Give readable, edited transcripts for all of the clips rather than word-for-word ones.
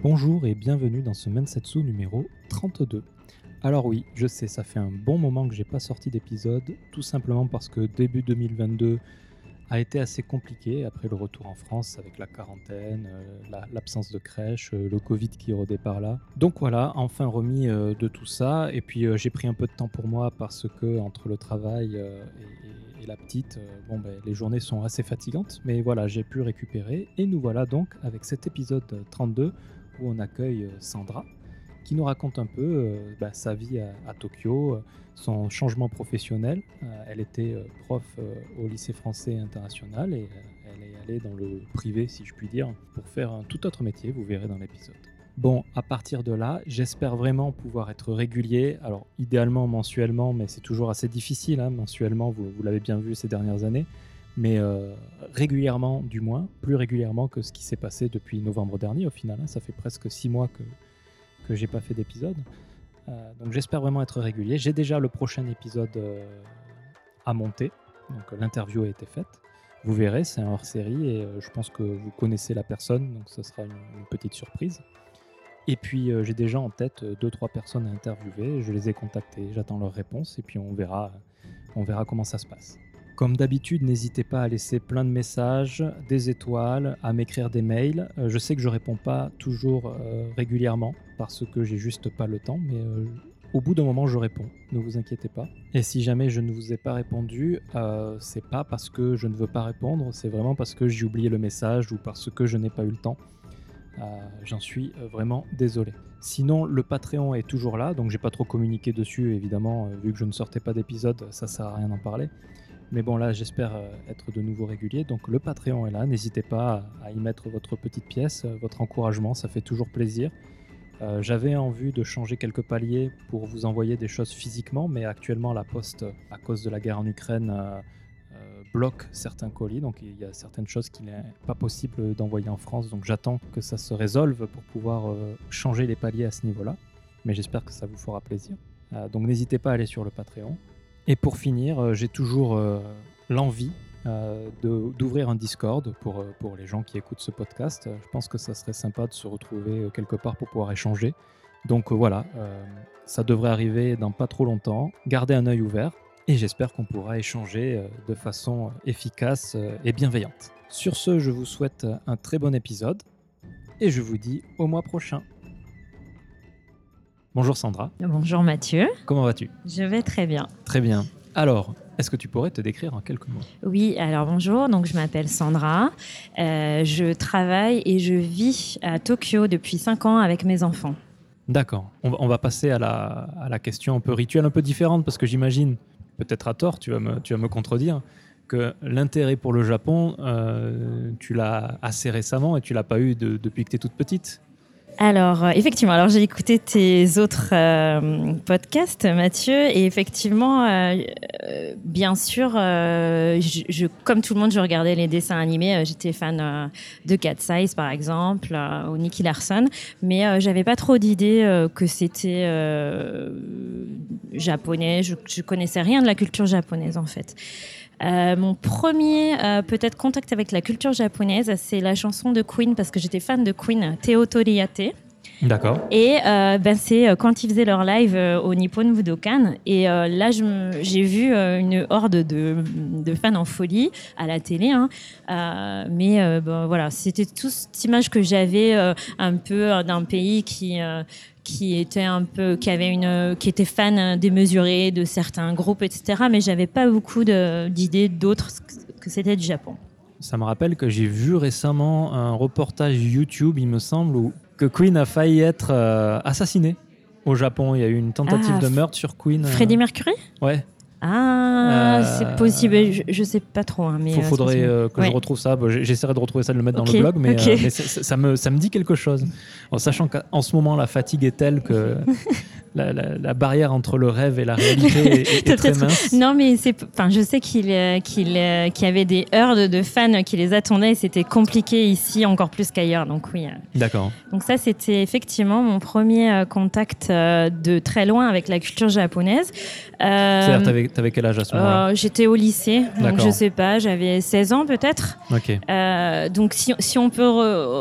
Bonjour et bienvenue dans ce Mensetsu numéro 32. Alors oui, je sais, ça fait un bon moment que j'ai pas sorti d'épisode, tout simplement parce que début 2022 a été assez compliqué après le retour en France avec la quarantaine, l'absence de crèche, le Covid qui rôdait par là. Donc voilà, enfin remis de tout ça, et puis j'ai pris un peu de temps pour moi parce que entre le travail et la petite, les journées sont assez fatigantes, mais voilà, j'ai pu récupérer, et nous voilà donc avec cet épisode 32 où on accueille Sandra, qui nous raconte un peu sa vie à Tokyo, son changement professionnel. Elle était prof au lycée français international et elle est allée dans le privé, si je puis dire, pour faire un tout autre métier, vous verrez dans l'épisode. Bon, à partir de là, j'espère vraiment pouvoir être régulier. Alors, idéalement mensuellement, mais c'est toujours assez difficile, mensuellement, vous l'avez bien vu ces dernières années. Mais régulièrement, du moins, plus régulièrement que ce qui s'est passé depuis novembre dernier, au final. Ça fait presque 6 mois que j'ai pas fait d'épisode. Donc j'espère vraiment être régulier. J'ai déjà le prochain épisode à monter. Donc l'interview a été faite. Vous verrez, c'est un hors-série et je pense que vous connaissez la personne, donc ce sera une petite surprise. Et puis j'ai déjà en tête 2-3 personnes à interviewer. Je les ai contactées, j'attends leurs réponses et puis on verra comment ça se passe. Comme d'habitude, n'hésitez pas à laisser plein de messages, des étoiles, à m'écrire des mails. Je sais que je réponds pas toujours régulièrement parce que j'ai juste pas le temps, mais au bout d'un moment, je réponds. Ne vous inquiétez pas. Et si jamais je ne vous ai pas répondu, c'est pas parce que je ne veux pas répondre, c'est vraiment parce que j'ai oublié le message ou parce que je n'ai pas eu le temps. J'en suis vraiment désolé. Sinon, le Patreon est toujours là, donc j'ai pas trop communiqué dessus, évidemment, vu que je ne sortais pas d'épisode, ça sert à rien d'en parler. Mais bon, là, j'espère être de nouveau régulier. Donc, le Patreon est là. N'hésitez pas à y mettre votre petite pièce, votre encouragement. Ça fait toujours plaisir. J'avais en vue de changer quelques paliers pour vous envoyer des choses physiquement. Mais actuellement, la Poste, à cause de la guerre en Ukraine, bloque certains colis. Donc, il y a certaines choses qu'il n'est pas possible d'envoyer en France. Donc, j'attends que ça se résolve pour pouvoir changer les paliers à ce niveau-là. Mais j'espère que ça vous fera plaisir. Donc, n'hésitez pas à aller sur le Patreon. Et pour finir, j'ai toujours l'envie d'ouvrir un Discord pour les gens qui écoutent ce podcast. Je pense que ça serait sympa de se retrouver quelque part pour pouvoir échanger. Donc voilà, ça devrait arriver dans pas trop longtemps. Gardez un œil ouvert et j'espère qu'on pourra échanger de façon efficace et bienveillante. Sur ce, je vous souhaite un très bon épisode et je vous dis au mois prochain. Bonjour Sandra. Bonjour Mathieu. Comment vas-tu ? Je vais très bien. Très bien. Alors, est-ce que tu pourrais te décrire en quelques mots ? Oui, alors bonjour, donc je m'appelle Sandra. Je travaille et je vis à Tokyo depuis 5 ans avec mes enfants. D'accord. On va passer à la question un peu rituelle, un peu différente, parce que j'imagine, peut-être à tort, tu vas me contredire, que l'intérêt pour le Japon, tu l'as assez récemment et tu l'as pas eu depuis que tu es toute petite. Alors, effectivement, j'ai écouté tes autres podcasts, Mathieu, et effectivement, bien sûr, comme tout le monde, je regardais les dessins animés. J'étais fan de Cat Size, par exemple, ou Nicky Larson, mais j'avais pas trop d'idées que c'était japonais. Je connaissais rien de la culture japonaise, en fait. Mon premier peut-être contact avec la culture japonaise, c'est la chanson de Queen, parce que j'étais fan de Queen, Teo Toriate. D'accord. Et c'est quand ils faisaient leur live au Nippon Budokan. Et là, j'ai vu une horde de fans en folie à la télé. Voilà, c'était toute cette image que j'avais un peu d'un pays qui était fan démesuré de certains groupes, etc. Mais j'avais pas beaucoup d'idées d'autres que c'était du Japon. Ça me rappelle que j'ai vu récemment un reportage YouTube, il me semble, que Queen a failli être assassiné au Japon. Il y a eu une tentative de meurtre sur Queen. Freddie Mercury ? Ouais. C'est possible, je sais pas trop. Mais faudrait que je retrouve ça. J'essaierai de retrouver ça, de le mettre dans le blog, mais ça me dit quelque chose. En sachant qu'en ce moment, la fatigue est telle que la barrière entre le rêve et la réalité est très mince. Non, mais je sais qu'il y avait des hordes de fans qui les attendaient et c'était compliqué ici encore plus qu'ailleurs. Donc oui. D'accord. Donc ça, c'était effectivement mon premier contact de très loin avec la culture japonaise. C'est-à-dire, T'avais quel âge à ce moment-là? J'étais au lycée, donc D'accord. je sais pas, j'avais 16 ans peut-être. Ok. Donc si on peut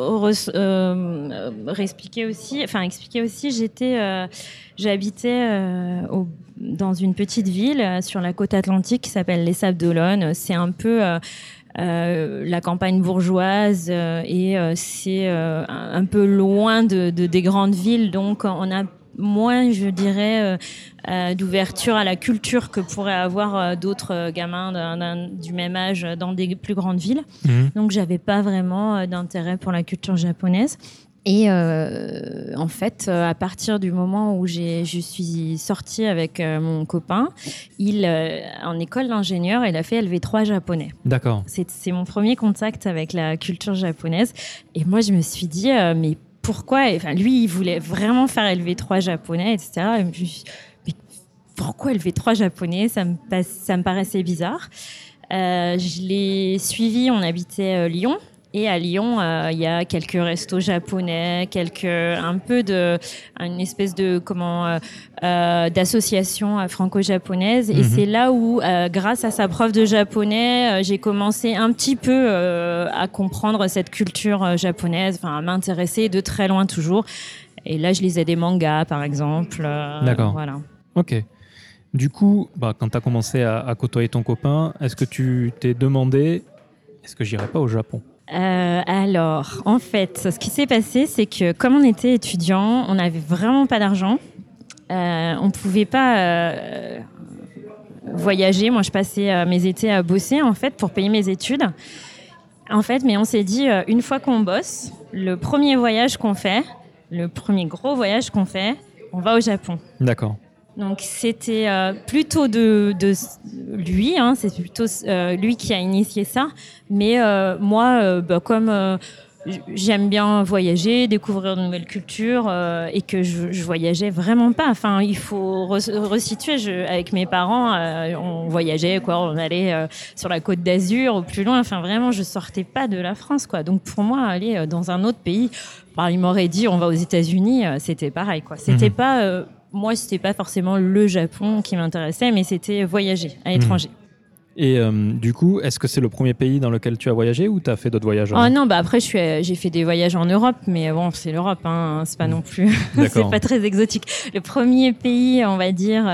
expliquer aussi, j'habitais dans une petite ville sur la côte atlantique qui s'appelle les Sables d'Olonne. C'est un peu la campagne bourgeoise et c'est un peu loin des grandes villes, donc on a moins, je dirais, d'ouverture à la culture que pourraient avoir d'autres gamins du même âge dans des plus grandes villes. Donc j'avais pas vraiment d'intérêt pour la culture japonaise. Et en fait, à partir du moment où je suis sortie avec mon copain, en école d'ingénieur, il a fait LV3 japonais. D'accord. C'est mon premier contact avec la culture japonaise. Et moi, je me suis dit, mais pourquoi? Enfin, lui, il voulait vraiment faire LV3 japonais, etc. Et je me suis dit, mais pourquoi LV3 japonais? Ça me paraissait bizarre. Je l'ai suivi, on habitait Lyon. Et à Lyon, il y a quelques restos japonais, une espèce de d'association franco-japonaise. Et c'est là où, grâce à sa prof de japonais, j'ai commencé un petit peu à comprendre cette culture japonaise, enfin à m'intéresser de très loin toujours. Et là, je lisais des mangas, par exemple. D'accord. Voilà. Ok. Du coup, quand tu as commencé à côtoyer ton copain, est-ce que tu t'es demandé, est-ce que j'irai pas au Japon? Alors, en fait, ce qui s'est passé, c'est que comme on était étudiants, on n'avait vraiment pas d'argent. On pouvait pas voyager. Moi, je passais mes étés à bosser, en fait, pour payer mes études. En fait, mais on s'est dit, une fois qu'on bosse, le premier gros voyage qu'on fait, on va au Japon. D'accord. Donc c'était plutôt de lui, hein, c'est plutôt lui qui a initié ça. Mais moi, comme j'aime bien voyager, découvrir de nouvelles cultures et que je voyageais vraiment pas. Enfin, il faut resituer. Avec mes parents, on voyageait, quoi. On allait sur la Côte d'Azur ou plus loin. Enfin, vraiment, je sortais pas de la France, quoi. Donc pour moi, aller dans un autre pays, il m'aurait dit on va aux États-Unis, c'était pareil, quoi. C'était pas moi, c'était pas forcément le Japon qui m'intéressait, mais c'était voyager à l'étranger. Et du coup, est-ce que c'est le premier pays dans lequel tu as voyagé ou tu as fait d'autres voyages? Non, après j'ai fait des voyages en Europe, mais bon, c'est l'Europe, hein, c'est pas non plus, c'est pas très exotique. Le premier pays, on va dire,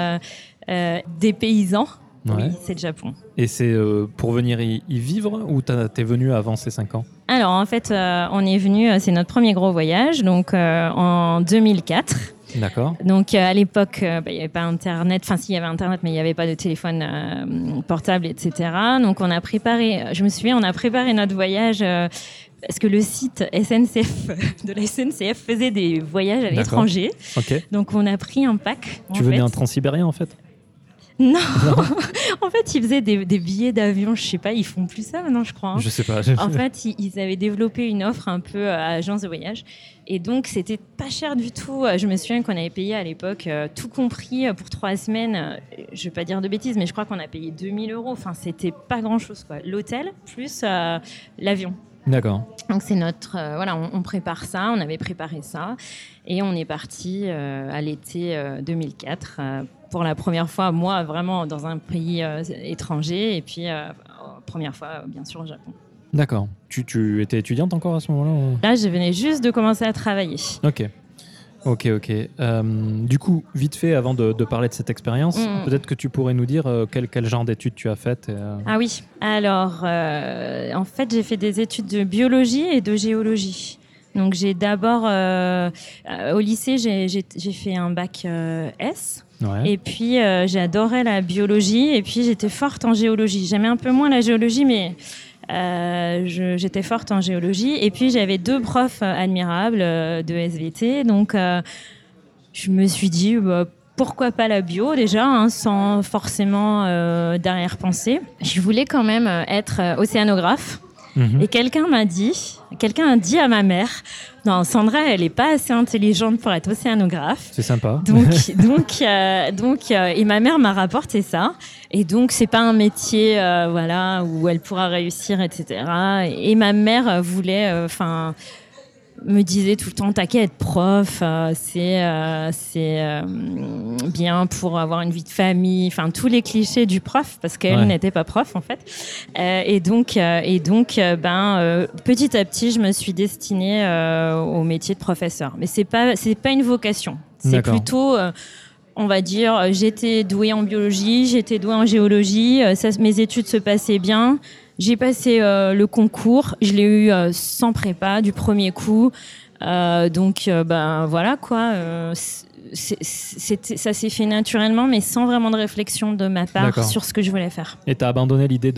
des paysans, ouais. Oui, c'est le Japon. Et c'est pour venir y vivre ou t'es venu avant ces 5 ans? Alors en fait, on est venu, c'est notre premier gros voyage, donc en 2004. D'accord. Donc à l'époque, il n'y avait pas Internet. Enfin, si, il y avait Internet, mais il n'y avait pas de téléphone portable, etc. Donc je me souviens, on a préparé notre voyage parce que le site SNCF de la SNCF faisait des voyages à l'étranger. Okay. Donc on a pris un pack. Tu venais en transsibérien en fait? Non. En fait, ils faisaient des billets d'avion, je sais pas, ils font plus ça maintenant, je crois. Hein. Je sais pas. En fait, ils avaient développé une offre un peu à agence de voyage. Et donc, c'était pas cher du tout. Je me souviens qu'on avait payé à l'époque, tout compris, pour 3 semaines. Je vais pas dire de bêtises, mais je crois qu'on a payé 2000 €. Enfin, c'était pas grand-chose, quoi. L'hôtel plus l'avion. D'accord. Donc, c'est notre... on prépare ça, on avait préparé ça. Et on est parti à l'été 2004 pour la première fois, moi, vraiment dans un pays étranger. Et puis, première fois, bien sûr, au Japon. D'accord. Tu étais étudiante encore à ce moment-là ou... Là, je venais juste de commencer à travailler. Ok. Du coup, vite fait, avant de parler de cette expérience, peut-être que tu pourrais nous dire quel genre d'études tu as faites. Ah oui. Alors, en fait, j'ai fait des études de biologie et de géologie. Donc, j'ai d'abord, au lycée, j'ai fait un bac S. Ouais. Et puis, j'adorais la biologie. Et puis, j'étais forte en géologie. J'aimais un peu moins la géologie, mais... j'étais forte en géologie et puis j'avais 2 profs admirables de SVT, donc je me suis dit pourquoi pas la bio déjà, hein, sans forcément d'arrière-pensée. Je voulais quand même être océanographe. Et quelqu'un a dit à ma mère, non, Sandra, elle est pas assez intelligente pour être océanographe. C'est sympa. Donc, et ma mère m'a rapporté ça. Et donc, c'est pas un métier, où elle pourra réussir, etc. Et ma mère voulait, me disait tout le temps t'as qu'à être prof, c'est bien pour avoir une vie de famille, enfin tous les clichés du prof parce qu'elle n'était pas prof en fait. Et donc petit à petit je me suis destinée au métier de professeur. Mais c'est pas une vocation, c'est plutôt on va dire, j'étais douée en biologie, j'étais douée en géologie, mes études se passaient bien. J'ai passé le concours, je l'ai eu sans prépa du premier coup. Donc, voilà quoi. Ça s'est fait naturellement, mais sans vraiment de réflexion de ma part sur ce que je voulais faire. Et tu as abandonné l'idée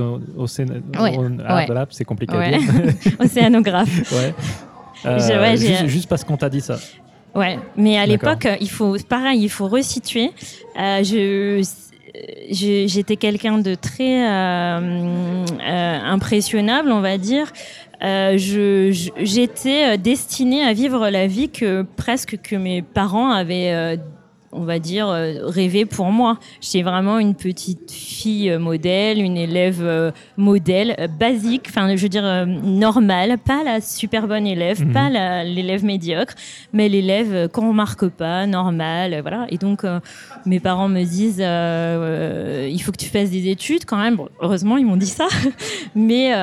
c'est compliqué à dire. Océanographe. Juste parce qu'on t'a dit ça. Ouais, mais à l'époque, il faut resituer. J'étais quelqu'un de très impressionnable, on va dire. J'étais destinée à vivre la vie que mes parents avaient on va dire, rêvé pour moi. J'étais vraiment une petite fille modèle, une élève modèle, basique, enfin, je veux dire, normale, pas la super bonne élève, pas l'élève médiocre, mais l'élève qu'on remarque pas, normale, voilà. Et donc, mes parents me disent, il faut que tu fasses des études quand même. Bon, heureusement, ils m'ont dit ça, mais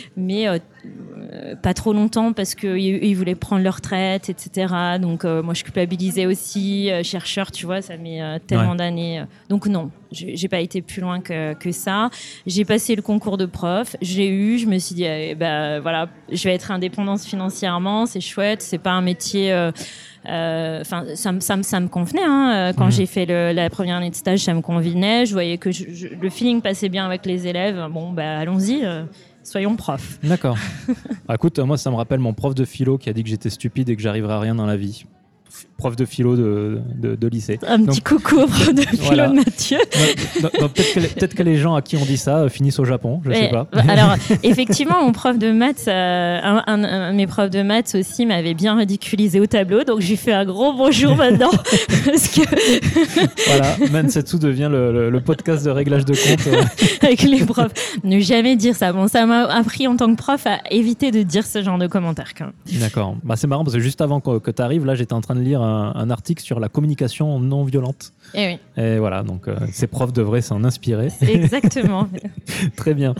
pas trop longtemps parce qu'ils voulaient prendre leur retraite, etc. Donc, moi, je culpabilisais aussi, chercheur, tu vois, ça met tellement d'années. Donc, non, j'ai pas été plus loin que ça. J'ai passé le concours de prof, je me suis dit, voilà, je vais être indépendante financièrement, c'est chouette, c'est pas un métier... Enfin, ça me convenait. Hein. Quand j'ai fait la première année de stage, ça me convenait. Je voyais que le feeling passait bien avec les élèves. Bon, allons-y. Soyons profs. D'accord. Écoute, moi, ça me rappelle mon prof de philo qui a dit que j'étais stupide et que j'arriverais à rien dans la vie. Prof de philo de lycée. Petit coucun au prof de philo de Mathieu. Peut-être que les gens à qui on dit ça finissent au Japon, je sais pas. Alors, effectivement, mon prof de maths, un de mes profs de maths aussi m'avait bien ridiculisé au tableau, donc j'ai fait un gros bonjour maintenant. Parce que... Voilà, Mansetsu devient le podcast de réglage de compte. Avec les profs. Ne jamais dire ça. Bon, ça m'a appris en tant que prof à éviter de dire ce genre de commentaires quand même. D'accord. C'est marrant parce que juste avant que tu arrives, là, j'étais en train de lire un article sur la communication non violente. Et oui. Et voilà, donc ces profs devraient s'en inspirer. Exactement. Très bien.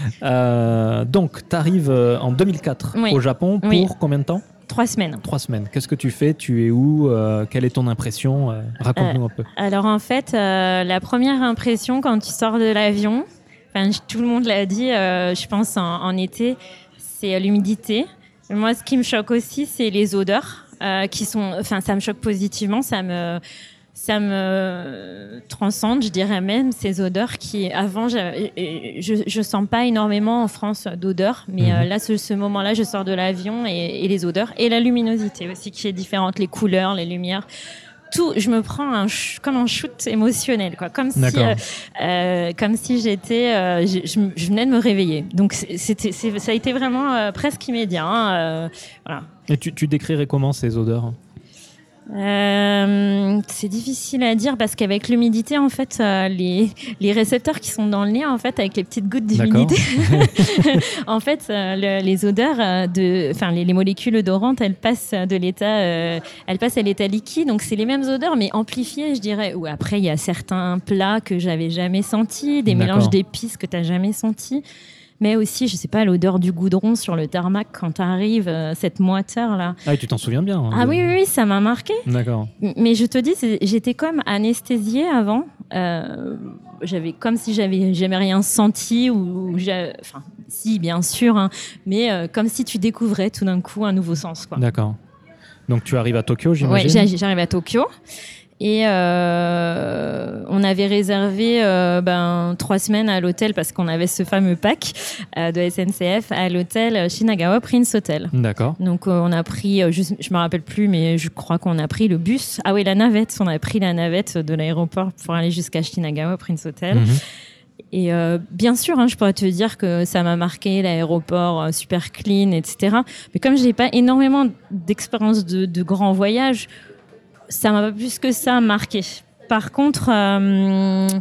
Donc, tu arrives en 2004 au Japon pour combien de temps ? 3 semaines. 3 semaines. Qu'est-ce que tu fais ? Tu es où ? Quelle est ton impression ? Raconte-nous un peu. Alors en fait, la première impression quand tu sors de l'avion, tout le monde l'a dit, je pense en été, c'est l'humidité. Moi, ce qui me choque aussi, c'est les odeurs. Ça me choque positivement, ça me transcende, je dirais même, ces odeurs qui, avant, je sens pas énormément en France d'odeurs, mais là, ce moment-là, je sors de l'avion et les odeurs, et la luminosité aussi qui est différente, les couleurs, les lumières. Tout, je me prends comme un shoot émotionnel, quoi, comme si j'étais, je venais de me réveiller. Donc ça a été vraiment presque immédiat. Voilà. Et tu décrirais comment ces odeurs ? C'est difficile à dire parce qu'avec l'humidité, en fait, les récepteurs qui sont dans le nez, en fait, avec les petites gouttes d'humidité, en fait, les odeurs les molécules odorantes, elles passent à l'état liquide. Donc, c'est les mêmes odeurs, mais amplifiées, je dirais. Ou après, il y a certains plats que j'avais jamais sentis, des mélanges d'épices que t'as jamais sentis. Mais aussi, je sais pas, l'odeur du goudron sur le tarmac quand t'arrives, cette moiteur-là. Ah, et tu t'en souviens bien. Hein, ah oui, ça m'a marqué. D'accord. Mais je te dis, j'étais comme anesthésiée avant. J'avais comme si j'avais jamais rien senti si, bien sûr, hein, mais comme si tu découvrais tout d'un coup un nouveau sens, quoi. D'accord. Donc tu arrives à Tokyo, j'imagine. Oui, j'arrive à Tokyo. Et on avait réservé 3 semaines à l'hôtel parce qu'on avait ce fameux pack de SNCF à l'hôtel Shinagawa Prince Hotel. D'accord. Donc on a pris, je me rappelle plus, mais je crois qu'on a pris le bus. Ah oui, la navette. On a pris la navette de l'aéroport pour aller jusqu'à Shinagawa Prince Hotel. Et bien sûr, je pourrais te dire que ça m'a marqué, l'aéroport super clean, etc. Mais comme je n'ai pas énormément d'expérience de grands voyages, ça m'a pas plus que ça marqué. Par contre,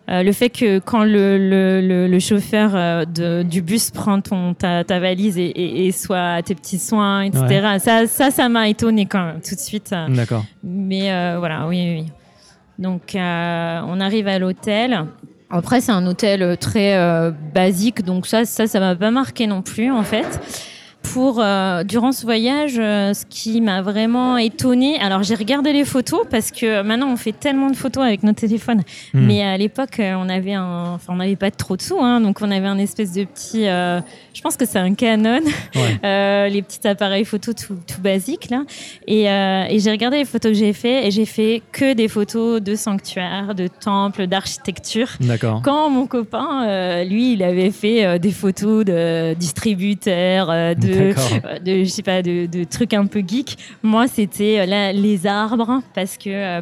Le fait que quand le chauffeur du bus prend ta valise et soit tes petits soins, etc. Ouais. Ça m'a étonnée quand même tout de suite. D'accord. Mais voilà, oui. Donc on arrive à l'hôtel. Après c'est un hôtel très basique, donc ça m'a pas marqué non plus en fait. Durant ce voyage, ce qui m'a vraiment étonnée, alors j'ai regardé les photos parce que maintenant on fait tellement de photos avec nos téléphones, mais à l'époque on n'avait pas trop de sous, hein, donc on avait un espèce de petit, je pense que c'est un Canon, les petits appareils photos tout basiques là, et j'ai regardé les photos que j'ai fait et j'ai fait que des photos de sanctuaires, de temples, d'architecture. D'accord. Quand mon copain, lui, il avait fait des photos de distributeurs, je sais pas, de trucs un peu geeks. Moi, c'était les arbres parce que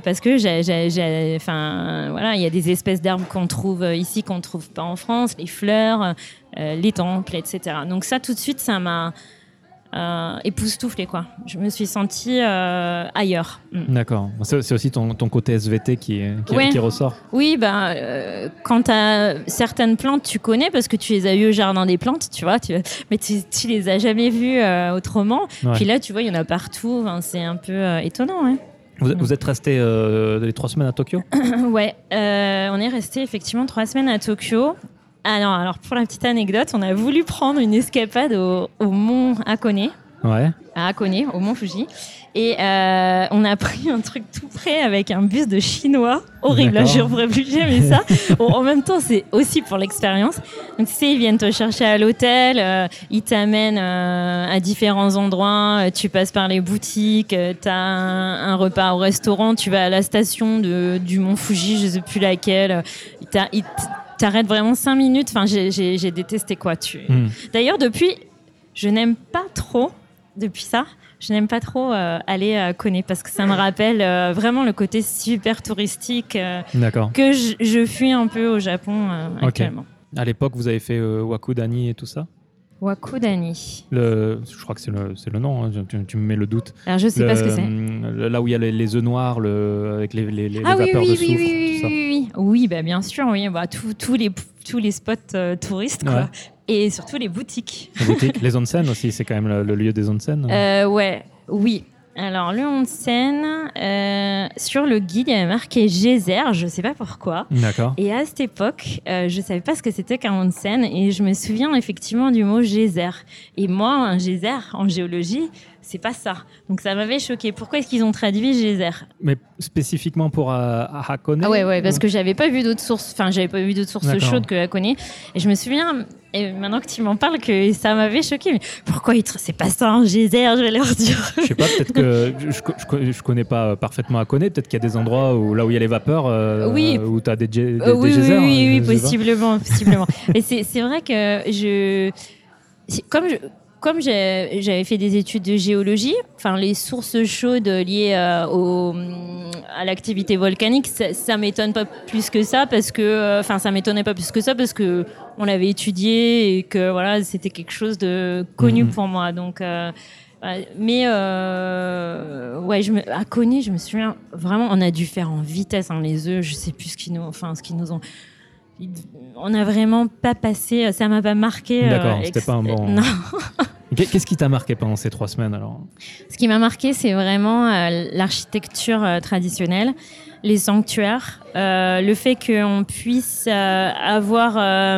voilà, il y a des espèces d'arbres qu'on trouve ici qu'on trouve pas en France, les fleurs, les temples, etc. Donc ça, tout de suite, ça m'a époustouflée, quoi. Je me suis sentie ailleurs. D'accord. C'est aussi ton côté SVT qui ressort. Oui, quand tu as certaines plantes, tu connais parce que tu les as eues au jardin des plantes, tu vois, mais tu les as jamais vues autrement. Ouais. Puis là, tu vois, il y en a partout. Enfin, c'est un peu étonnant. Ouais. Vous êtes resté les 3 semaines à Tokyo ? Ouais, on est resté effectivement 3 semaines à Tokyo. Alors, pour la petite anecdote, on a voulu prendre une escapade au mont Hakone. Ouais. À Hakone, au mont Fuji. Et on a pris un truc tout près avec un bus de Chinois. Horrible, là, je ne referai plus jamais ça. Bon, en même temps, c'est aussi pour l'expérience. Donc, tu sais, ils viennent te chercher à l'hôtel, ils t'amènent à différents endroits, tu passes par les boutiques, tu as un repas au restaurant, tu vas à la station du mont Fuji, je ne sais plus laquelle. T'arrêtes vraiment 5 minutes. Enfin, j'ai détesté, quoi. D'ailleurs, je n'aime pas trop, depuis ça, aller à Kone parce que ça me rappelle vraiment le côté super touristique que je fuis un peu au Japon actuellement. À l'époque, vous avez fait Wakudani et tout ça ? Wakudani. Je crois que c'est le nom, hein, tu me mets le doute. Alors, je ne sais pas ce que c'est. Là où il y a les œufs noirs avec les vapeurs de soufre, tout ça. Oui, bien sûr, oui. Tous les spots touristes, quoi. Ouais. Et surtout les boutiques. Les onsen aussi, c'est quand même le lieu des onsen. Oui. Alors, le onsen, sur le guide, il y avait marqué geyser, je ne sais pas pourquoi. D'accord. Et à cette époque, je ne savais pas ce que c'était qu'un onsen, et je me souviens effectivement du mot geyser. Et moi, un geyser, en géologie, c'est pas ça. Donc ça m'avait choqué. Pourquoi est-ce qu'ils ont traduit geyser ? Mais spécifiquement pour Hakone ? Ah ouais, parce que j'avais pas vu d'autres sources. Enfin, j'avais pas vu d'autres sources chaudes que Hakone. Et je me souviens, et maintenant que tu m'en parles, que ça m'avait choqué. Mais pourquoi c'est pas ça un geyser ? Je vais leur dire. Je sais pas. Peut-être que je connais pas parfaitement Hakone. Peut-être qu'il y a des endroits là où il y a les vapeurs, où tu as des geysers. Oui, possiblement. Mais c'est vrai que comme j'avais fait des études de géologie, enfin les sources chaudes liées à l'activité volcanique, ça m'étonne pas plus que ça parce que, ça m'étonnait pas plus que ça parce que on l'avait étudié et que voilà, c'était quelque chose de connu pour moi. Donc, mais à Kone, je me souviens vraiment, on a dû faire en vitesse les œufs, je sais plus ce qu'ils nous ont. On n'a vraiment pas passé, ça m'a pas marqué. D'accord, c'était pas un bon. Non. Qu'est-ce qui t'a marqué pendant ces 3 semaines alors ? Ce qui m'a marqué, c'est vraiment l'architecture traditionnelle, les sanctuaires, le fait qu'on puisse avoir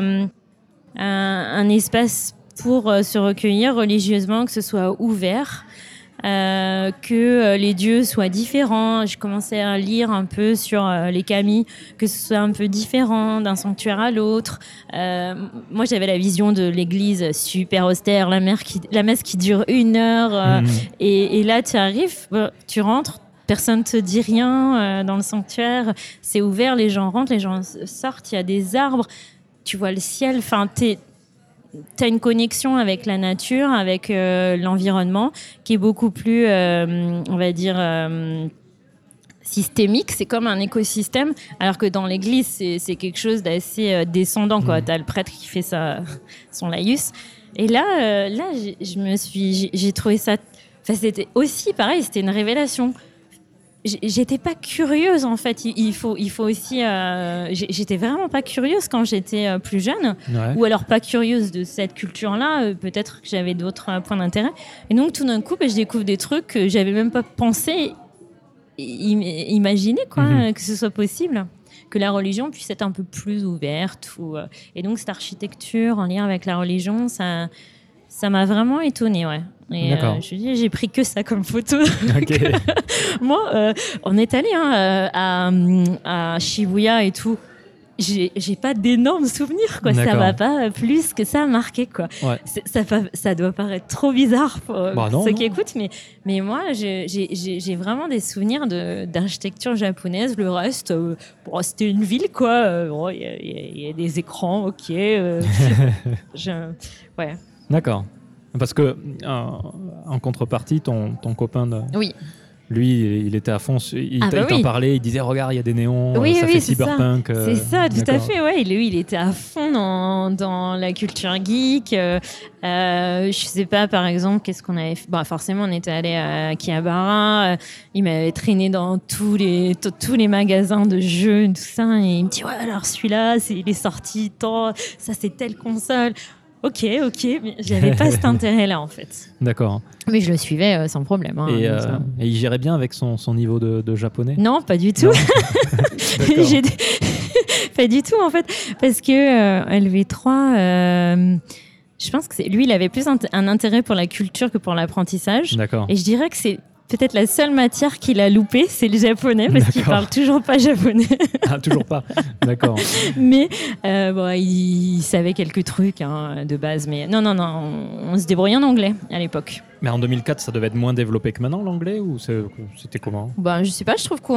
un espace pour se recueillir religieusement, que ce soit ouvert. Que les dieux soient différents. Je commençais à lire un peu sur les kami, que ce soit un peu différent d'un sanctuaire à l'autre. Moi, j'avais la vision de l'église super austère, la messe qui dure 1 heure. Et là, tu arrives, tu rentres, personne ne te dit rien dans le sanctuaire. C'est ouvert, les gens rentrent, les gens sortent, il y a des arbres, tu vois le ciel. Enfin, t'as une connexion avec la nature, avec l'environnement, qui est beaucoup plus, on va dire, systémique. C'est comme un écosystème, alors que dans l'église, c'est quelque chose d'assez descendant, quoi. T'as le prêtre qui fait son laïus. Et là, j'ai trouvé ça... Enfin, c'était aussi pareil, c'était une révélation. j'étais pas curieuse en fait. Il faut aussi. J'étais vraiment pas curieuse quand j'étais plus jeune, ou alors pas curieuse de cette culture-là. Peut-être que j'avais d'autres points d'intérêt. Et donc tout d'un coup, je découvre des trucs que j'avais même pas pensé, imaginer quoi, que ce soit possible, que la religion puisse être un peu plus ouverte. Et donc cette architecture en lien avec la religion, ça m'a vraiment étonnée, ouais. Et je dis, j'ai pris que ça comme photo. Okay. Moi, on est allé à Shibuya et tout. J'ai pas d'énormes souvenirs, quoi. Ça m'a pas plus que ça marqué, quoi. Ouais. Ça doit paraître trop bizarre pour ceux qui écoutent, mais moi, j'ai vraiment des souvenirs d'architecture japonaise. Le reste, c'était une ville, quoi. Il y a des écrans, ok. Ouais. D'accord. Parce que en contrepartie, ton copain, oui. Lui, il était à fond. Il t'en parlait. Il disait, regarde, il y a des néons. Ça fait cyberpunk. C'est ça, tout à fait. Ouais, lui, il était à fond dans la culture geek. Je sais pas, par exemple, qu'est-ce qu'on avait fait. Forcément, on était allé à Akihabara. Il m'avait traîné dans tous les magasins de jeux, tout ça. Et il me dit, ouais, alors celui-là, il est sorti tant. Ça, c'est telle console. Ok, mais j'avais pas cet intérêt-là en fait. D'accord. Mais je le suivais sans problème. Hein, et il gérait bien avec son niveau de japonais ? Non, pas du tout. Pas du tout en fait, parce que LV3, je pense que lui, il avait plus un intérêt pour la culture que pour l'apprentissage. D'accord. Et je dirais que c'est peut-être la seule matière qu'il a loupée, c'est le japonais, parce qu'il parle toujours pas japonais. Ah, toujours pas. D'accord. Mais il savait quelques trucs de base. Mais non, on se débrouillait en anglais à l'époque. Mais en 2004, ça devait être moins développé que maintenant, l'anglais, ou c'était comment ? Je sais pas, je trouve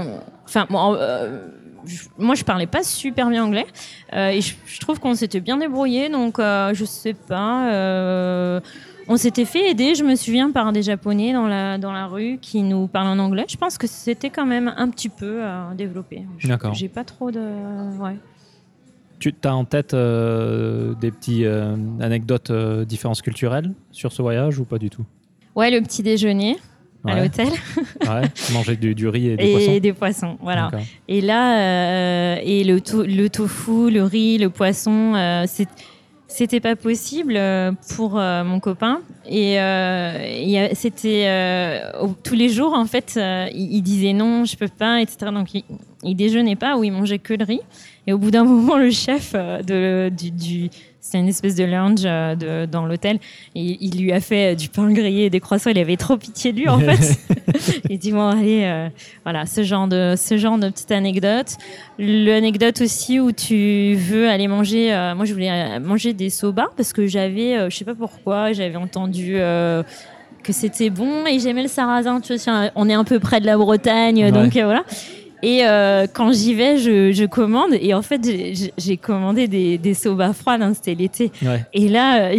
moi, je parlais pas super bien anglais. Et je trouve qu'on s'était bien débrouillé. Donc, je sais pas... On s'était fait aider, je me souviens, par des Japonais dans la rue qui nous parlaient en anglais. Je pense que c'était quand même un petit peu développé. D'accord. J'ai pas trop de... Ouais. Tu as en tête des petites anecdotes, différences culturelles sur ce voyage ou pas du tout ? Ouais, le petit déjeuner à l'hôtel. Ouais, manger du riz et des poissons. Et des poissons, voilà. D'accord. Et là, le tofu, le riz, le poisson, c'était pas possible pour mon copain. Et c'était tous les jours, en fait, il disait non, je peux pas, etc. Donc, il déjeunait pas ou il mangeait que le riz. Et au bout d'un moment, le chef c'était une espèce de lounge dans l'hôtel, et il lui a fait du pain grillé et des croissants. Il avait trop pitié de lui, en fait. Il dit bon, allez, voilà, ce genre de petite anecdote. L'anecdote aussi où tu veux aller manger. Moi, je voulais manger des soba parce que j'avais, je sais pas pourquoi, j'avais entendu que c'était bon et j'aimais le sarrasin. Tu vois, on est un peu près de la Bretagne, donc voilà. Et quand j'y vais, je commande. Et en fait, j'ai commandé des soba froides. C'était l'été. Ouais. Et là,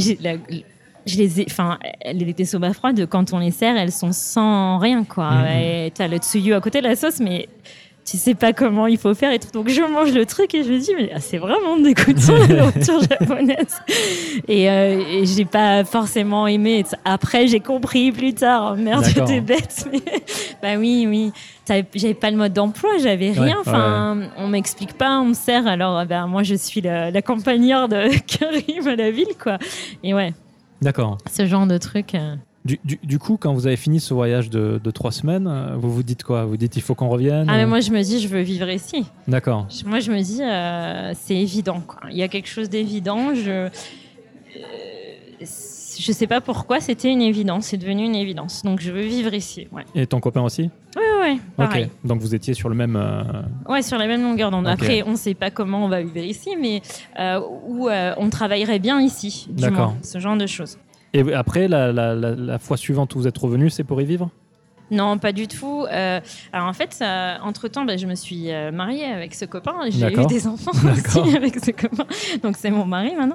les soba froides, quand on les sert, elles sont sans rien, quoi. Et t'as le tsuyu à côté de la sauce, mais tu sais pas comment il faut faire et tout. Donc je mange le truc et je me dis, mais c'est vraiment dégoûtant la nourriture japonaise. Et j'ai pas forcément aimé. Après, j'ai compris plus tard. Merde, j'étais bête. Mais oui. J'avais pas le mode d'emploi, j'avais rien. On m'explique pas, on me sert. Alors, moi, je suis la campagnarde qui arrive à la ville, quoi. Et ouais. D'accord. Ce genre de truc. Du coup, quand vous avez fini ce voyage de 3 semaines, vous vous dites quoi ? Vous dites il faut qu'on revienne ? Mais moi, je me dis, je veux vivre ici. D'accord. Moi, je me dis, c'est évident, quoi. Il y a quelque chose d'évident. Je sais pas pourquoi, c'était une évidence. C'est devenu une évidence. Donc, je veux vivre ici. Ouais. Et ton copain aussi ? Oui, pareil. Okay. Donc, vous étiez sur le même... Ouais, sur la même longueur d'onde. Okay. Après, on ne sait pas comment on va vivre ici, mais on travaillerait bien ici, du moins. Ce genre de choses. Et après, la fois suivante où vous êtes revenu, c'est pour y vivre ? Non, pas du tout. Alors en fait, entre-temps, je me suis mariée avec ce copain. J'ai eu des enfants aussi avec ce copain. Donc c'est mon mari maintenant.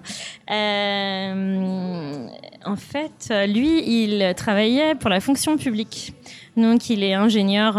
En fait, lui, il travaillait pour la fonction publique. Donc, il est ingénieur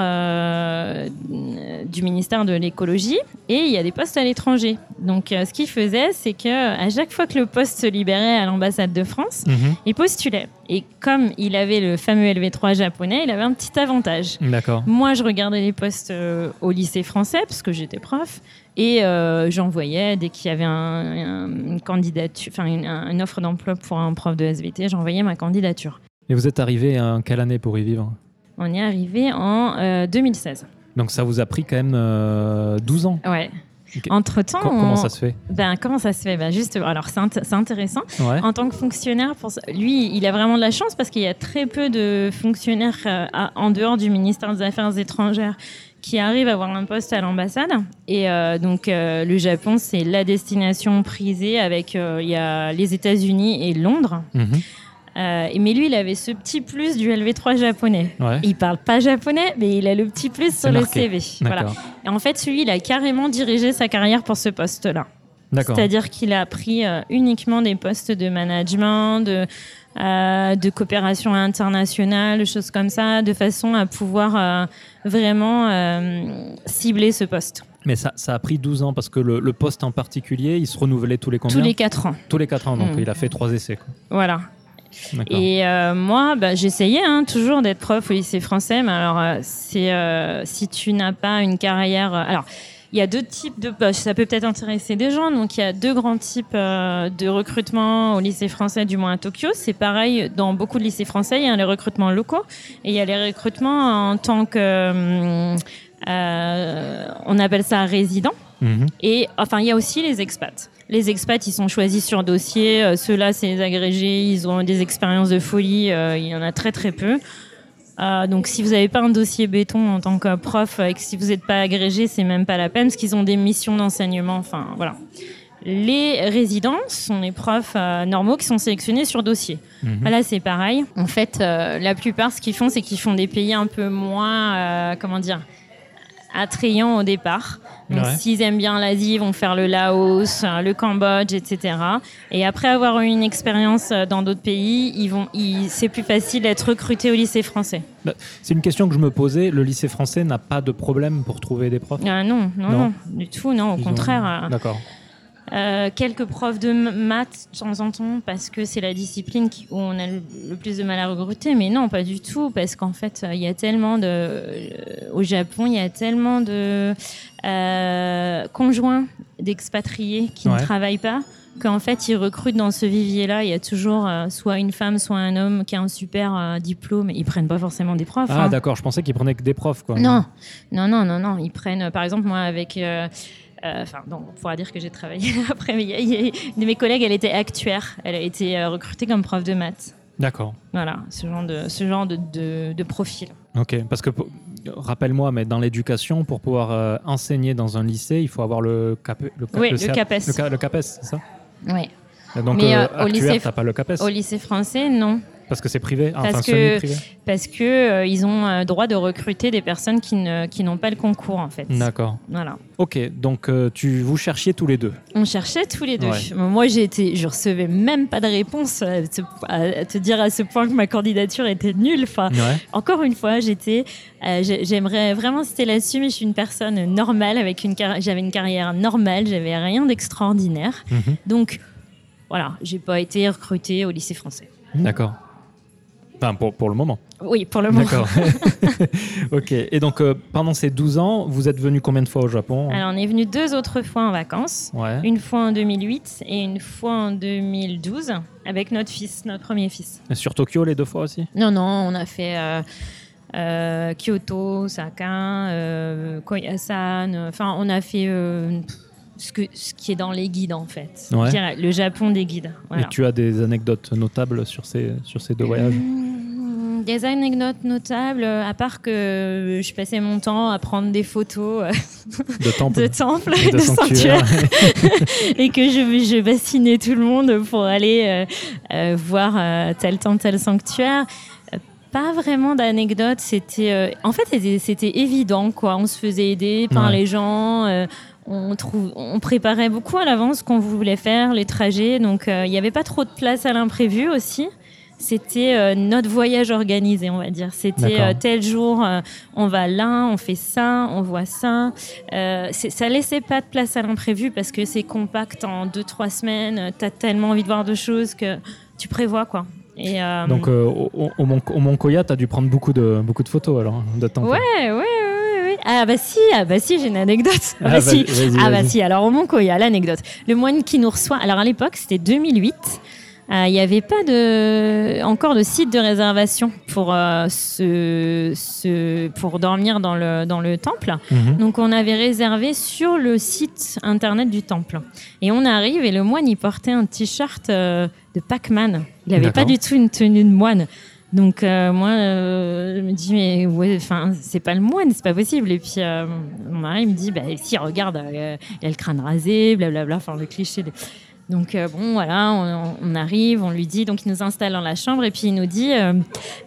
du ministère de l'écologie et il y a des postes à l'étranger. Donc, ce qu'il faisait, c'est qu'à chaque fois que le poste se libérait à l'ambassade de France, il postulait. Et comme il avait le fameux LV3 japonais, il avait un petit avantage. D'accord. Moi, je regardais les postes au lycée français parce que j'étais prof. Et j'envoyais, dès qu'il y avait une candidature, une offre d'emploi pour un prof de SVT, j'envoyais ma candidature. Et vous êtes arrivé en quelle année pour y vivre ? On y est arrivé en 2016. Donc ça vous a pris quand même 12 ans. Ouais. Okay. Entre-temps, comment ça se fait ? Comment ça se fait ? Justement, alors c'est intéressant. Ouais. En tant que fonctionnaire, lui, il a vraiment de la chance parce qu'il y a très peu de fonctionnaires en dehors du ministère des Affaires étrangères qui arrivent à avoir un poste à l'ambassade. Et donc, le Japon, c'est la destination prisée avec il y a les États-Unis et Londres. Mais lui, il avait ce petit plus du LV3 japonais. Ouais. Il parle pas japonais, mais il a le petit plus sur le CV. Voilà. Et en fait, lui, il a carrément dirigé sa carrière pour ce poste-là. D'accord. C'est-à-dire qu'il a pris uniquement des postes de management, de coopération internationale, choses comme ça, de façon à pouvoir vraiment cibler ce poste. Mais ça a pris 12 ans parce que le poste en particulier, il se renouvelait tous les combien ? Tous les 4 ans. Tous les 4 ans, donc il a fait 3 essais. Quoi. Voilà. D'accord. Et moi, j'essayais toujours d'être prof au lycée français, mais alors si tu n'as pas une carrière... alors, il y a 2 types de postes, ça peut peut-être intéresser des gens. Donc, il y a 2 grands types de recrutement au lycée français, du moins à Tokyo. C'est pareil dans beaucoup de lycées français. Il y a les recrutements locaux et il y a les recrutements en tant que... on appelle ça résident. Et enfin, il y a aussi les expats. Les expats, ils sont choisis sur dossier. Ceux-là, c'est les agrégés. Ils ont des expériences de folie. Il y en a très, très peu. Donc, si vous n'avez pas un dossier béton en tant que prof et que si vous n'êtes pas agrégé, c'est même pas la peine parce qu'ils ont des missions d'enseignement. Enfin, voilà. Les résidents sont les profs normaux qui sont sélectionnés sur dossier. Là, c'est pareil. En fait, la plupart, ce qu'ils font, c'est qu'ils font des pays un peu moins, attrayants au départ. Donc, s'ils aiment bien l'Asie, ils vont faire le Laos, le Cambodge, etc. Et après avoir eu une expérience dans d'autres pays, c'est plus facile d'être recruté au lycée français. C'est une question que je me posais. Le lycée français n'a pas de problème pour trouver des profs ? Non, du tout, non. Au contraire. D'accord. Quelques profs de maths de temps en temps parce que c'est la discipline où on a le plus de mal à recruter, mais non, pas du tout, parce qu'en fait il y a tellement au Japon, il y a tellement de conjoints d'expatriés qui ne travaillent pas qu'en fait ils recrutent dans ce vivier-là. Il y a toujours soit une femme, soit un homme qui a un super diplôme. Ils prennent pas forcément des profs. D'accord, je pensais qu'ils prenaient que des profs, quoi. Non, ils prennent, par exemple, moi avec on pourra dire que j'ai travaillé après, mais il y a une de mes collègues, elle était actuaire. Elle a été recrutée comme prof de maths. D'accord. Voilà, ce genre de profil. Ok, parce que, rappelle-moi, mais dans l'éducation, pour pouvoir enseigner dans un lycée, il faut avoir le CAPES. Le CAPES, c'est ça ? Oui. Donc, au lycée, t'as pas le CAPES ? Au lycée français, non. Parce que c'est privé, semi-privé. Parce que ils ont droit de recruter des personnes qui n'ont pas le concours, en fait. D'accord. Voilà. Ok, donc vous cherchiez tous les deux. On cherchait tous les deux. Ouais. Moi, je recevais même pas de réponse à te dire à ce point que ma candidature était nulle. Enfin, encore une fois, j'aimerais vraiment citer là-dessus, mais je suis une personne normale j'avais une carrière normale, j'avais rien d'extraordinaire. Donc, voilà, j'ai pas été recrutée au lycée français. D'accord. Enfin, pour le moment. Oui, pour le moment. D'accord. Ok. Et donc, pendant ces 12 ans, vous êtes venu combien de fois au Japon ? Alors, on est venu 2 autres fois en vacances. Ouais. Une fois en 2008 et une fois en 2012 avec notre premier fils. Et sur Tokyo, les 2 fois aussi ? Non, on a fait Kyoto, Osaka, Koyasan. Enfin, on a fait... ce qui est dans les guides, en fait. Ouais. Le Japon des guides. Voilà. Et tu as des anecdotes notables sur ces 2 voyages ? Des anecdotes notables, à part que je passais mon temps à prendre des photos de temples et de sanctuaires. Et que je bassinais tout le monde pour aller voir tel sanctuaire. Pas vraiment d'anecdotes. En fait, c'était évident, quoi. On se faisait aider par les gens. On préparait beaucoup à l'avance ce qu'on voulait faire, les trajets, donc il n'y avait pas trop de place à l'imprévu aussi. c'était notre voyage organisé, on va dire. C'était tel jour, on va là, on fait ça, on voit ça. Ça laissait pas de place à l'imprévu parce que c'est compact en 2-3 semaines. T'as tellement envie de voir de choses que tu prévois, quoi. Et, donc au Mont Koya, t'as dû prendre beaucoup de photos alors de temps. Ouais. Ah bah si, j'ai une anecdote. Vas-y. Alors au Mont Koya, l'anecdote. Le moine qui nous reçoit. Alors à l'époque, c'était 2008. Il n'y avait pas encore de site de réservation pour pour dormir dans le temple. Donc on avait réservé sur le site internet du temple. Et on arrive et le moine il portait un t-shirt de Pac-Man. Il n'avait pas du tout une tenue de moine. Donc moi je me dis mais ouais, enfin c'est pas le moine, c'est pas possible. Et puis mon mari me dit bah si regarde, il a le crâne rasé, blablabla, enfin le cliché. Donc bon voilà, on arrive, on lui dit, donc il nous installe dans la chambre et puis il nous dit à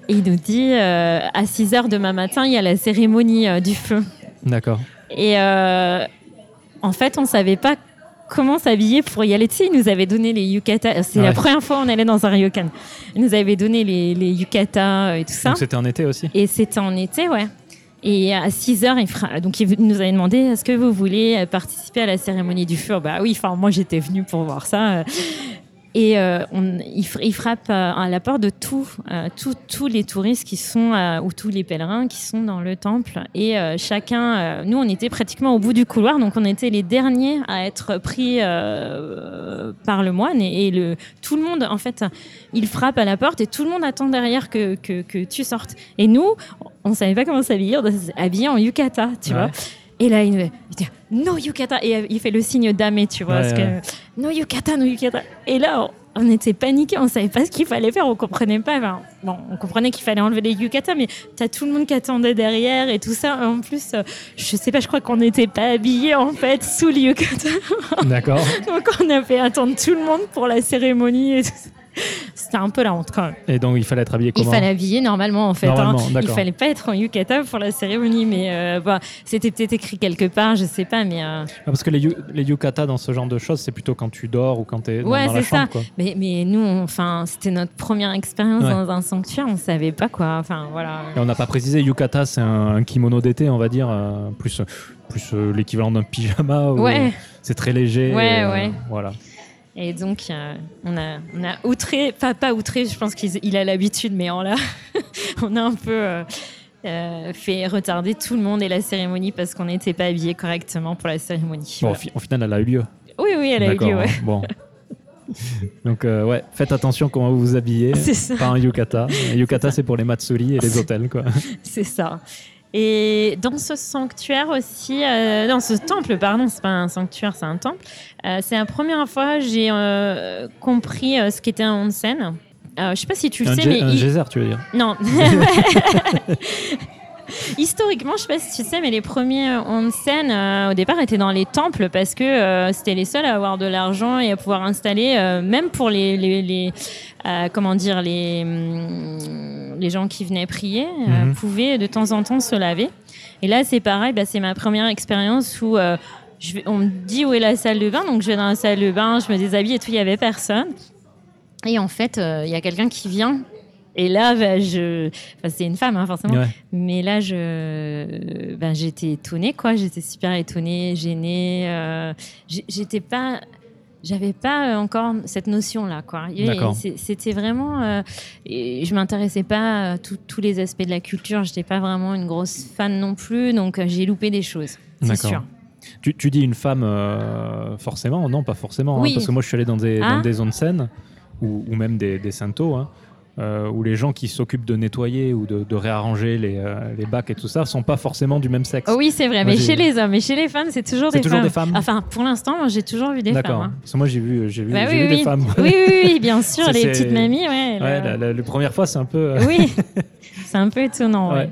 6h demain matin il y a la cérémonie du feu. D'accord. Et en fait on savait pas comment s'habiller pour y aller. Tu sais, il nous avait donné les yukatas. C'est la première fois on allait dans un ryokan. Il nous avait donné les yukatas et tout ça. Donc c'était en été aussi. Et c'était en été, ouais. Et à 6h, donc il nous avait demandé est-ce que vous voulez participer à la cérémonie du feu. Bah oui, enfin moi j'étais venue pour voir ça. Et il frappe à la porte de tous les touristes qui sont ou tous les pèlerins qui sont dans le temple. Et chacun, nous on était pratiquement au bout du couloir, donc on était les derniers à être pris par le moine. Et tout le monde, en fait, il frappe à la porte et tout le monde attend derrière que tu sortes. Et nous, on savait pas comment s'habiller, on s'est habillés en yukata, tu vois. Et là, il dit no yukata. Et il fait le signe d'ame, tu vois. Parce que no yukata. Et là, on était paniqués. On savait pas ce qu'il fallait faire. On comprenait pas. Enfin, bon, on comprenait qu'il fallait enlever les yukata, mais t'as tout le monde qui attendait derrière et tout ça. En plus, je sais pas, je crois qu'on n'était pas habillés, en fait, sous le yukata. D'accord. Donc, on a fait attendre tout le monde pour la cérémonie et tout ça. C'était un peu la honte quand même. Et donc il fallait être habillé comment ? Il fallait habiller normalement en fait. D'accord. Il fallait pas être en yukata pour la cérémonie, mais c'était peut-être écrit quelque part, je sais pas. Mais parce que les yukata dans ce genre de choses, c'est plutôt quand tu dors ou quand tu es dans la chambre. Ouais, c'est ça. Quoi. Mais nous, c'était notre première expérience dans un sanctuaire, on savait pas quoi. Enfin voilà. Et on n'a pas précisé. Yukata, c'est un kimono d'été, on va dire, plus l'équivalent d'un pyjama. C'est très léger. Ouais. Voilà. Et donc, on a outré, pas outré, je pense qu'il a l'habitude, mais on a un peu fait retarder tout le monde et la cérémonie parce qu'on n'était pas habillés correctement pour la cérémonie. Bon, au final, elle a eu lieu. Oui, elle a eu lieu, ouais. Bon. Donc, faites attention comment vous vous habillez. C'est ça. Pas un yukata. Un yukata, c'est pour les matsuri et les hôtels, quoi. C'est ça. Et dans ce sanctuaire aussi, dans ce temple, pardon, c'est pas un sanctuaire, c'est un temple. C'est la première fois que j'ai compris ce qu'était un onsen. Je sais pas si tu le sais, mais un geyser, tu veux dire ? Non. Historiquement, je sais pas si tu sais, mais les premiers onsen au départ étaient dans les temples parce que c'était les seuls à avoir de l'argent et à pouvoir installer, même pour les gens qui venaient prier, pouvaient de temps en temps se laver. Et là, c'est pareil, c'est ma première expérience où on me dit où est la salle de bain, donc je vais dans la salle de bain, je me déshabille et tout, il n'y avait personne. Et en fait, il y a quelqu'un qui vient. Et là, c'est une femme, forcément. Ouais. Mais là, j'étais étonnée, quoi. J'étais super étonnée, gênée. J'avais pas encore cette notion-là, quoi. C'était vraiment... je m'intéressais pas à tous les aspects de la culture. J'étais pas vraiment une grosse fan non plus. Donc, j'ai loupé des choses, c'est sûr. Tu dis une femme, forcément ? Non, pas forcément. Oui. Parce que moi, je suis allé dans des onsen ou même des sento, où les gens qui s'occupent de nettoyer ou de réarranger les bacs et tout ça sont pas forcément du même sexe. Oh oui, c'est vrai, mais chez les hommes et chez les femmes, c'est toujours des femmes. Des Enfin, pour l'instant, moi, j'ai toujours vu des femmes. D'accord. Parce que moi, j'ai vu des femmes. Oui, bien sûr, les petites mamies, ouais. La première fois, c'est un peu... Oui, c'est un peu étonnant. Ouais.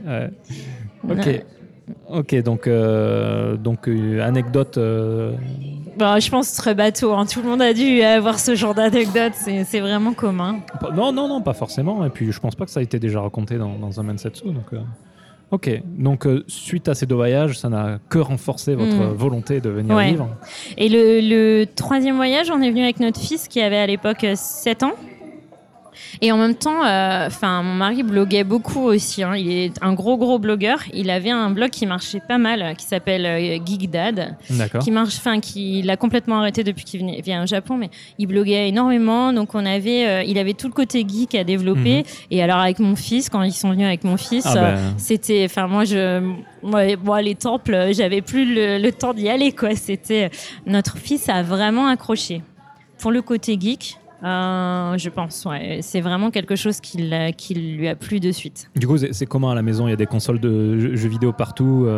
Ok, donc anecdote... je pense très bateau. Tout le monde a dû avoir ce genre d'anecdote. C'est vraiment commun. Non, pas forcément. Et puis, je pense pas que ça a été déjà raconté dans un Mensetsu. Donc, ok. Donc, suite à ces 2 voyages, ça n'a que renforcé votre volonté de venir vivre. Et le 3e voyage, on est venu avec notre fils qui avait à l'époque 7 ans. Et en même temps, mon mari bloguait beaucoup aussi. Hein. Il est un gros blogueur. Il avait un blog qui marchait pas mal, qui s'appelle Geek Dad, qui l'a complètement arrêté depuis qu'il vient au Japon, mais il bloguait énormément. Donc il avait tout le côté geek à développer. Et alors avec mon fils, quand ils sont venus avec mon fils, c'était, enfin moi les temples, j'avais plus le temps d'y aller quoi. C'était notre fils a vraiment accroché pour le côté geek. Je pense, ouais. C'est vraiment quelque chose qui lui a plu de suite. Du coup, c'est comment à la maison ? Il y a des consoles de jeux vidéo partout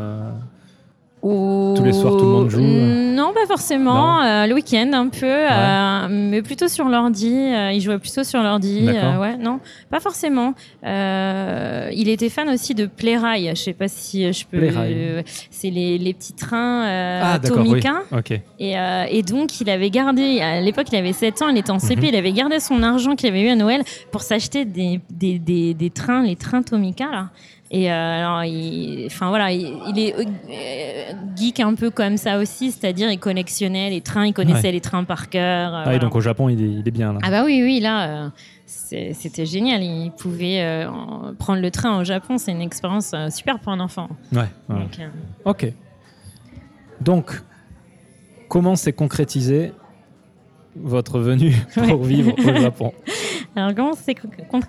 tous les soirs, tout le monde joue Non, pas forcément. Le week-end, un peu. Mais plutôt sur l'ordi. Il jouait plutôt sur l'ordi. Non, pas forcément. Il était fan aussi de Playrail. Je sais pas si je peux... c'est les petits trains Tomica. Oui. Okay. Et donc, il avait gardé... À l'époque, il avait 7 ans. Il était en CP. Il avait gardé son argent qu'il avait eu à Noël pour s'acheter des trains, les trains Tomica, là. Et alors, il est geek un peu comme ça aussi, c'est-à-dire il collectionnait les trains, il connaissait les trains par cœur. Et donc au Japon, il est bien là. Ah bah oui, là, c'était génial. Il pouvait prendre le train au Japon, c'est une expérience super pour un enfant. Ouais. Donc, ok. Donc, comment s'est concrétisé votre venue pour vivre au Japon ? Alors, comment c'est concrétisé ?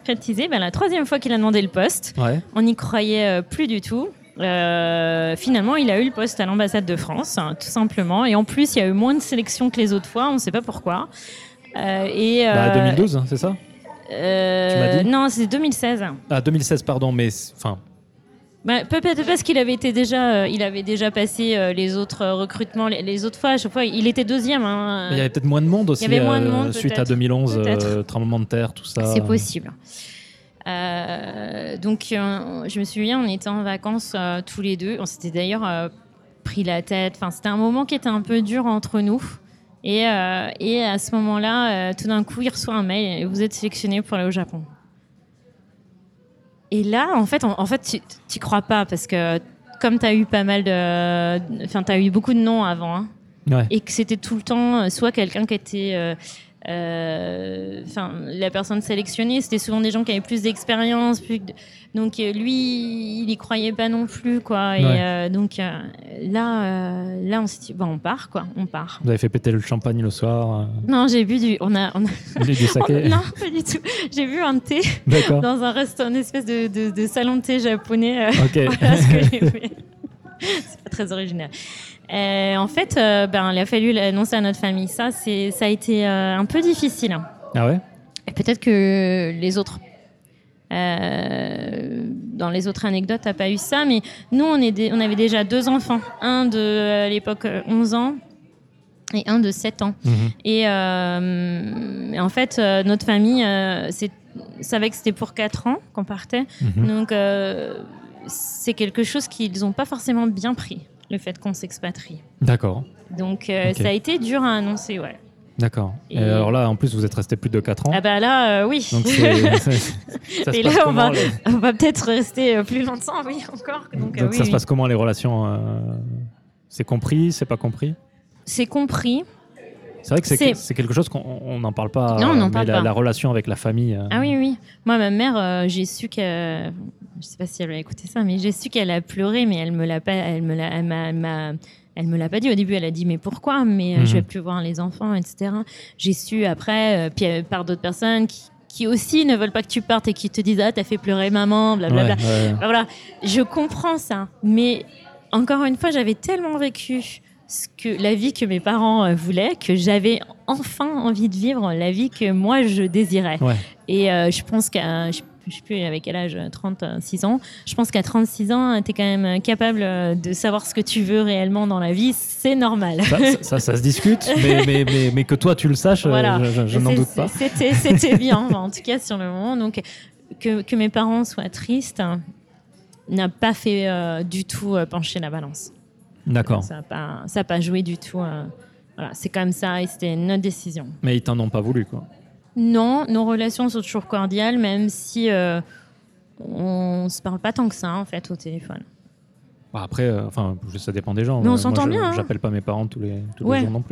La 3e fois qu'il a demandé le poste, on n'y croyait plus du tout. Finalement, il a eu le poste à l'ambassade de France, tout simplement. Et en plus, il y a eu moins de sélection que les autres fois. On ne sait pas pourquoi. 2012, c'est ça ? Tu m'as dit ? Non, c'est 2016. Ah, 2016, pardon, mais... Peut-être parce qu'il avait déjà passé les autres recrutements, les autres fois. À chaque fois, il était 2e. Hein. Il y avait peut-être moins de monde aussi. Il y avait moins de monde, suite à 2011, tremblement de terre, tout ça. C'est possible. Donc, je me souviens, on était en vacances tous les deux. On s'était d'ailleurs pris la tête. Enfin, c'était un moment qui était un peu dur entre nous. Et à ce moment-là, tout d'un coup, il reçoit un mail et vous êtes sélectionné pour aller au Japon. Et là, en fait, tu crois pas parce que comme tu as eu t'as eu beaucoup de noms avant, hein, et que c'était tout le temps soit quelqu'un qui était, la personne sélectionnée, c'était souvent des gens qui avaient plus d'expérience, donc lui, il y croyait pas non plus, quoi. Et donc là, on s'est dit, on part, quoi, on part. Vous avez fait péter le champagne le soir Non, j'ai bu on a du saké. Non, pas du tout. J'ai bu un thé dans un restaurant, une espèce de salon de thé japonais. Voilà ce que j'ai fait. C'est pas très original. En fait, il a fallu l'annoncer à notre famille. Ça a été un peu difficile. Ah ouais ? Et peut-être que les autres, dans les autres anecdotes, t'as pas eu ça, mais nous, on avait déjà 2 enfants. Un de, à l'époque, 11 ans et un de 7 ans. Et en fait, notre famille savait que c'était pour 4 ans qu'on partait. Donc, c'est quelque chose qu'ils n'ont pas forcément bien pris, le fait qu'on s'expatrie. D'accord. Donc, ça a été dur à annoncer, ouais. D'accord. Et alors là, en plus, vous êtes resté plus de 4 ans. Ah bah là, oui. Donc et là, on va peut-être rester plus longtemps, oui, encore. Donc oui, ça se passe comment, les relations C'est compris, c'est pas compris ? C'est compris. C'est vrai que c'est quelque chose qu'on n'en parle pas. Non, on n'en parle pas. La relation avec la famille. Ah oui. Moi, ma mère, j'ai su qu'elle... Je sais pas si elle a écouté ça, mais j'ai su qu'elle a pleuré, mais elle me l'a pas dit au début. Elle a dit mais pourquoi ? Mais je vais plus voir les enfants, etc. J'ai su après, puis par d'autres personnes qui aussi ne veulent pas que tu partes et qui te disent t'as fait pleurer maman, blablabla. Voilà, je comprends ça, mais encore une fois, j'avais tellement vécu la vie que mes parents voulaient, que j'avais enfin envie de vivre la vie que moi je désirais. Et je pense qu'à je sais plus avec quel âge, 36 ans. Je pense qu'à 36 ans, tu es quand même capable de savoir ce que tu veux réellement dans la vie. C'est normal. Ça se discute, mais que toi, tu le saches, je n'en doute pas. C'était bien, en tout cas, sur le moment. Donc, que mes parents soient tristes n'a pas fait du tout pencher la balance. D'accord. Ça n'a pas joué du tout. Voilà, c'est comme ça et c'était notre décision. Mais ils t'en ont pas voulu, quoi. Non, nos relations sont toujours cordiales, même si on se parle pas tant que ça en fait au téléphone. Après, ça dépend des gens. Mais on s'entend bien. J'appelle pas mes parents tous les jours non plus, quoi.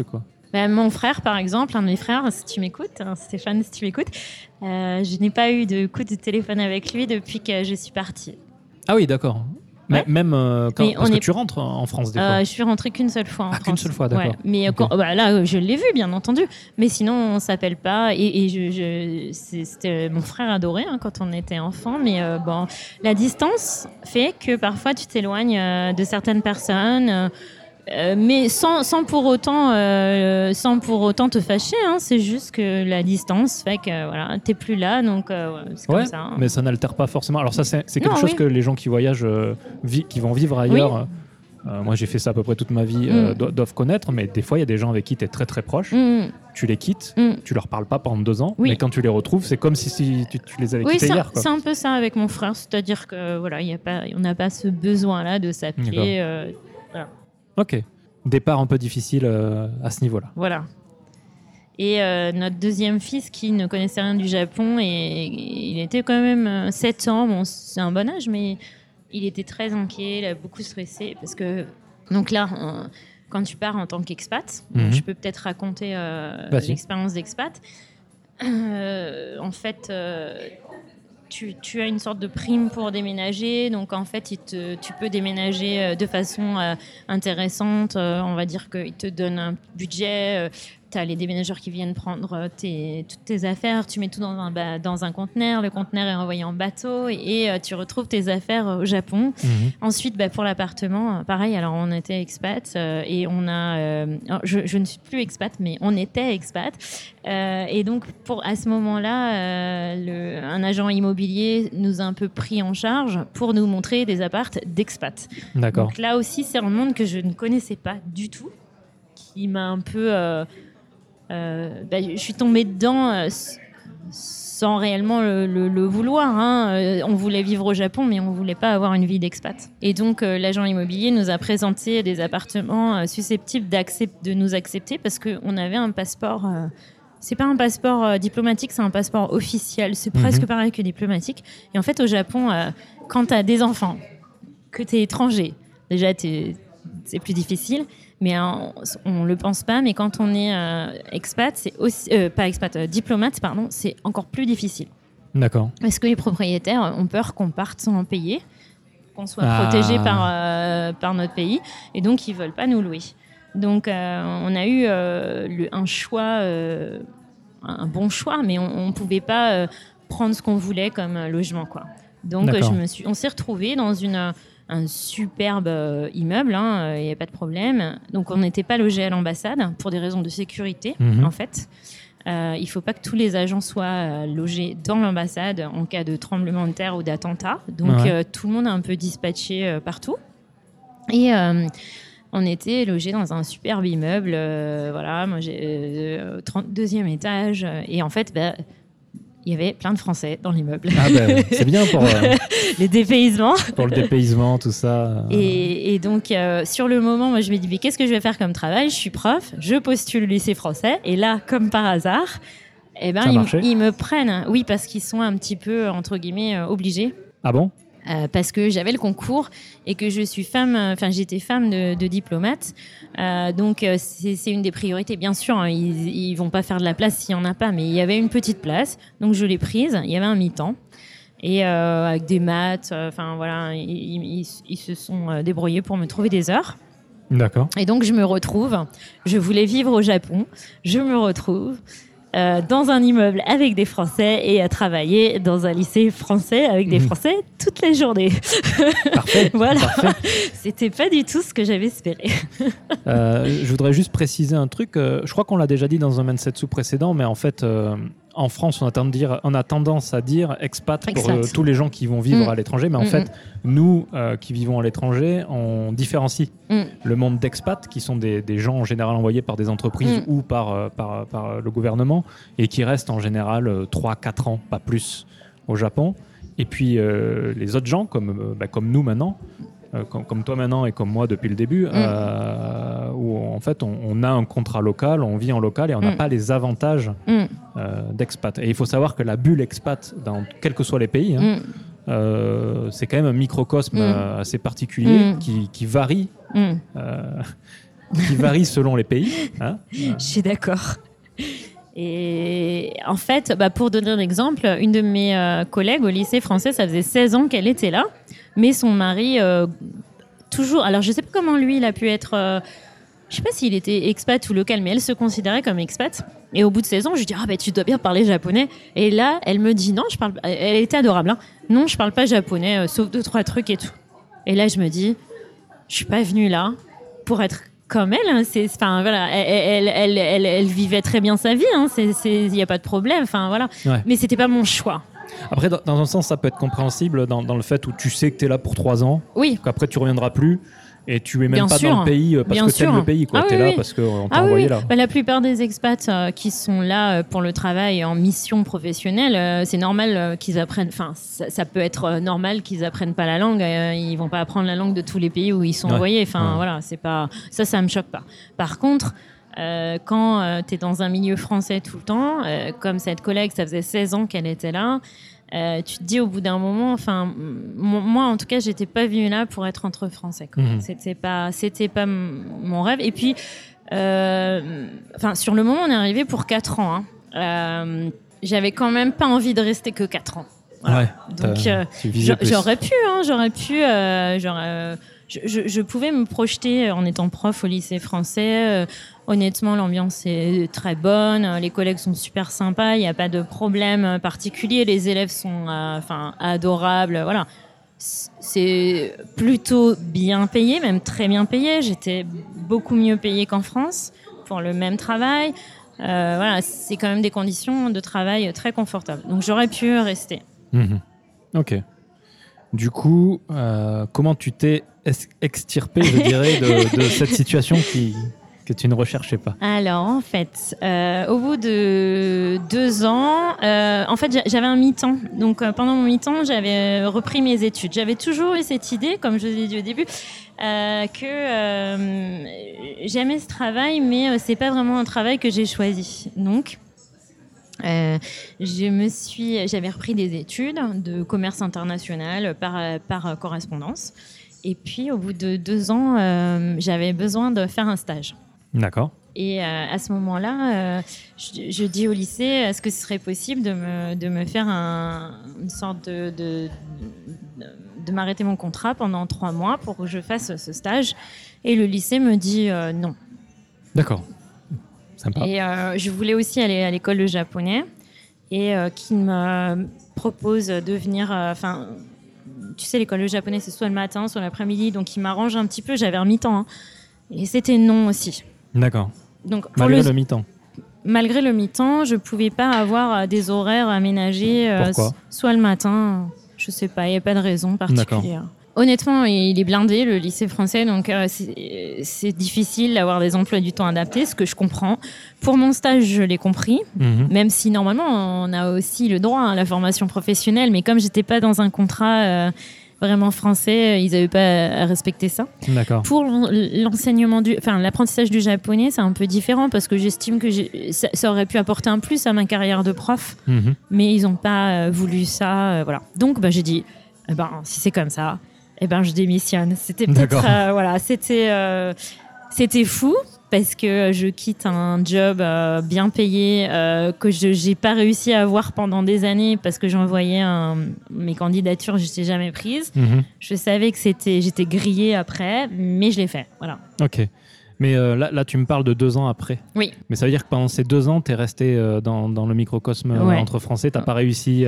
Mon frère, par exemple, un de mes frères, si tu m'écoutes, hein, Stéphane, si tu m'écoutes, je n'ai pas eu de coup de téléphone avec lui depuis que je suis partie. Ah oui, d'accord. Ouais. Même parce que tu rentres en France des fois. Je suis rentrée qu'une seule fois en France. Qu'une seule fois, d'accord. Ouais. Mais là, je l'ai vu, bien entendu. Mais sinon, on s'appelle pas. Et c'était mon frère adoré hein, quand on était enfant. Mais la distance fait que parfois tu t'éloignes de certaines personnes. Mais sans pour autant te fâcher, hein. C'est juste que la distance fait que voilà, t'es plus là, donc c'est comme ça. Hein. Mais ça n'altère pas forcément. Alors ça, c'est quelque chose que les gens qui voyagent, qui vont vivre ailleurs. Oui. Moi, j'ai fait ça à peu près toute ma vie, doivent connaître. Mais des fois, il y a des gens avec qui t'es très très proche. Tu les quittes, tu leur parles pas pendant 2 ans, mais quand tu les retrouves, c'est comme si tu les avais quittés hier. C'est un peu ça avec mon frère, c'est-à-dire que voilà, on n'a pas ce besoin-là de s'appeler. Voilà. Ok. Départ un peu difficile à ce niveau-là. Voilà. Et notre deuxième fils qui ne connaissait rien du Japon, et il était quand même 7 ans, bon, c'est un bon âge, mais il était très inquiet, il a beaucoup stressé, parce que, donc là, quand tu pars en tant qu'expat, je peux peut-être raconter l'expérience d'expat. En fait... Tu as une sorte de prime pour déménager, donc en fait tu peux déménager de façon intéressante, on va dire qu'ils te donnent un budget, tu as les déménageurs qui viennent prendre toutes tes affaires, tu mets tout dans un conteneur, le conteneur est envoyé en bateau et tu retrouves tes affaires au Japon. Ensuite pour l'appartement, pareil, alors on était expat et on a, je ne suis plus expat mais on était expat et donc à ce moment-là un agent immobilier nous a un peu pris en charge pour nous montrer des appartes d'expat. D'accord. Donc là aussi c'est un monde que je ne connaissais pas du tout, qui m'a un peu je suis tombée dedans sans réellement le vouloir. Hein. On voulait vivre au Japon, mais on ne voulait pas avoir une vie d'expat. Et donc, l'agent immobilier nous a présenté des appartements susceptibles de nous accepter parce qu'on avait un passeport... c'est pas un passeport diplomatique, c'est un passeport officiel. C'est presque pareil que diplomatique. Et en fait, au Japon, quand tu as des enfants, que tu es étranger, déjà, c'est plus difficile. Mais on le pense pas, mais quand on est expat, c'est aussi diplomate, pardon, c'est encore plus difficile. D'accord. Parce que les propriétaires ont peur qu'on parte sans payer, qu'on soit protégé par notre pays, et donc ils veulent pas nous louer. Donc on a eu un choix, un bon choix, mais on pouvait pas prendre ce qu'on voulait comme logement, quoi. Donc on s'est retrouvés dans un superbe immeuble, il n'y a pas de problème. Donc, on n'était pas logé à l'ambassade pour des raisons de sécurité, en fait. Il ne faut pas que tous les agents soient logés dans l'ambassade en cas de tremblement de terre ou d'attentat. Donc, tout le monde a un peu dispatché partout. Et on était logés dans un superbe immeuble. Voilà, moi, j'ai 32e étage. Et en fait, il y avait plein de Français dans l'immeuble. Ah c'est bien pour les dépaysements. Pour le dépaysement, tout ça. Et donc, sur le moment, moi, je me dis, mais qu'est-ce que je vais faire comme travail ? Je suis prof, je postule au lycée français. Et là, comme par hasard, ils me prennent. Oui, parce qu'ils sont un petit peu, entre guillemets, obligés. Ah bon ? Parce que j'avais le concours et que je suis j'étais femme de diplomate. Donc, c'est une des priorités. Bien sûr, hein, ils vont pas faire de la place s'il y en a pas, mais il y avait une petite place. Donc, je l'ai prise. Il y avait un mi-temps. Et avec des maths, voilà, ils se sont débrouillés pour me trouver des heures. D'accord. Et donc, je me retrouve. Je voulais vivre au Japon. Je me retrouve dans un immeuble avec des Français et à travailler dans un lycée français avec des Français toute la journée. Parfait. Voilà. Parfait. C'était pas du tout ce que j'avais espéré. Je voudrais juste préciser un truc. Je crois qu'on l'a déjà dit dans un Mansetsu précédent, mais en fait, en France, on a tendance à dire expat pour tous les gens qui vont vivre à l'étranger. Mais en fait, nous qui vivons à l'étranger, on différencie le monde d'expat, qui sont des gens en général envoyés par des entreprises ou par le gouvernement, et qui restent en général 3-4 ans, pas plus, au Japon. Et puis les autres gens, comme nous maintenant, comme toi maintenant et comme moi depuis le début, où en fait on a un contrat local, on vit en local et on n'a pas les avantages d'expat. Et il faut savoir que la bulle expat, dans quels que soient les pays, c'est quand même un microcosme assez particulier qui varie qui varie selon les pays. Hein. Je suis d'accord. Et en fait, pour donner un exemple, une de mes collègues au lycée français, ça faisait 16 ans qu'elle était là, mais son mari, toujours... Alors, je ne sais pas comment lui, il a pu être... je ne sais pas s'il était expat ou local, mais elle se considérait comme expat. Et au bout de 16 ans, je lui dis tu dois bien parler japonais. Et là, elle me dit non, je parle. Elle était adorable. Hein. Non, je parle pas japonais, sauf 2-3 trucs et tout. Et là, je me dis, je suis pas venue là pour être comme elle. Hein. Enfin voilà, elle vivait très bien sa vie. Il y a pas de problème. Enfin voilà. Ouais. Mais c'était pas mon choix. Après, dans un sens, ça peut être compréhensible dans le fait où tu sais que tu es là pour 3 ans, Oui. qu'après tu reviendras plus. Et tu es même Bien pas sûr. dans le pays parce Bien que tu aimes sûr. le pays. Tu es là parce qu'on t'a envoyé là. La plupart des expats qui sont là pour le travail en mission professionnelle, c'est normal qu'ils apprennent. Enfin, ça peut être normal qu'ils apprennent pas la langue. Ils vont pas apprendre la langue de tous les pays où ils sont envoyés. Enfin, voilà, c'est pas ça me choque pas. Par contre, quand tu es dans un milieu français tout le temps, comme cette collègue, ça faisait 16 ans qu'elle était là. Tu te dis au bout d'un moment, enfin moi en tout cas j'étais pas venue là pour être entre Français quoi. C'était pas mon rêve. Et puis sur le moment on est arrivé pour 4 ans hein. J'avais quand même pas envie de rester que 4 ans. Voilà. Ouais, donc j'aurais pu je pouvais me projeter en étant prof au lycée français. Honnêtement, l'ambiance est très bonne. Les collègues sont super sympas. Il n'y a pas de problème particulier. Les élèves sont adorables. Voilà. C'est plutôt bien payé, même très bien payé. J'étais beaucoup mieux payée qu'en France pour le même travail. Voilà, c'est quand même des conditions de travail très confortables. Donc, j'aurais pu rester. Ok. Du coup, comment tu t'es extirpé, je dirais, de cette situation que tu ne recherchais pas? Alors, en fait, au bout de 2 ans, en fait, j'avais un mi-temps. Donc, pendant mon mi-temps, j'avais repris mes études. J'avais toujours eu cette idée, comme je vous ai dit au début, que j'aimais ce travail, mais c'est pas vraiment un travail que j'ai choisi. Donc, j'avais repris des études de commerce international par correspondance. Et puis, au bout de 2 ans, j'avais besoin de faire un stage. D'accord. Et à ce moment-là, je dis au lycée, est-ce que ce serait possible de me faire une sorte de m'arrêter mon contrat pendant 3 mois pour que je fasse ce stage. Et le lycée me dit non. D'accord. Sympa. Et je voulais aussi aller à l'école de japonais et qui me propose de venir... tu sais, l'école de japonais, c'est soit le matin, soit l'après-midi. Donc, il m'arrange un petit peu. J'avais un mi-temps. Hein, et c'était non aussi. D'accord. Donc, malgré le mi-temps. Malgré le mi-temps, je ne pouvais pas avoir des horaires aménagés. Pourquoi ? Soit le matin, je ne sais pas. Il n'y a pas de raison particulière. D'accord. Honnêtement, il est blindé, le lycée français, donc c'est difficile d'avoir des emplois du temps adaptés, ce que je comprends. Pour mon stage, je l'ai compris, même si normalement, on a aussi le droit à la formation professionnelle, mais comme j'étais pas dans un contrat vraiment français, ils n'avaient pas à respecter ça. D'accord. Pour l'apprentissage du japonais, c'est un peu différent, parce que j'estime que ça aurait pu apporter un plus à ma carrière de prof, mais ils n'ont pas voulu ça. Voilà. Donc, j'ai dit, si c'est comme ça... je démissionne. C'était peut-être... c'était fou parce que je quitte un job bien payé que j'ai pas réussi à avoir pendant des années parce que j'envoyais mes candidatures, je n'étais jamais prise. Je savais que j'étais grillée après, mais je l'ai fait. Voilà. Ok. Mais là, tu me parles de 2 ans après. Oui. Mais ça veut dire que pendant ces 2 ans, tu es resté dans le microcosme entre Français. Tu n'as pas réussi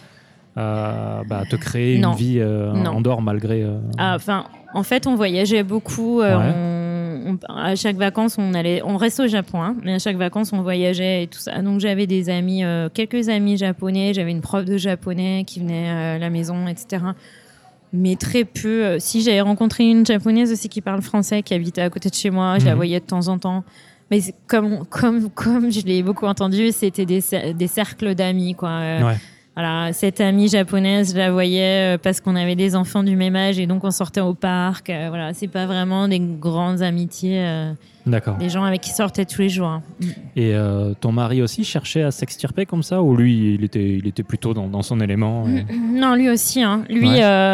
te créer une vie en dehors malgré... En fait, on voyageait beaucoup. À chaque vacances, on restait au Japon, hein, mais à chaque vacances, on voyageait et tout ça. Donc, j'avais des amis, quelques amis japonais. J'avais une prof de japonais qui venait à la maison, etc. Mais très peu. Si, j'avais rencontré une japonaise aussi qui parle français, qui habitait à côté de chez moi. Je la voyais de temps en temps. Mais comme je l'ai beaucoup entendu, c'était des cercles d'amis, quoi. Voilà, cette amie japonaise, je la voyais parce qu'on avait des enfants du même âge et donc on sortait au parc. Voilà, c'est pas vraiment des grandes amitiés. D'accord. Des gens avec qui sortaient tous les jours. Hein. Et ton mari aussi cherchait à s'extirper comme ça, ou lui, il était plutôt dans son élément Non, lui aussi. Hein. Lui,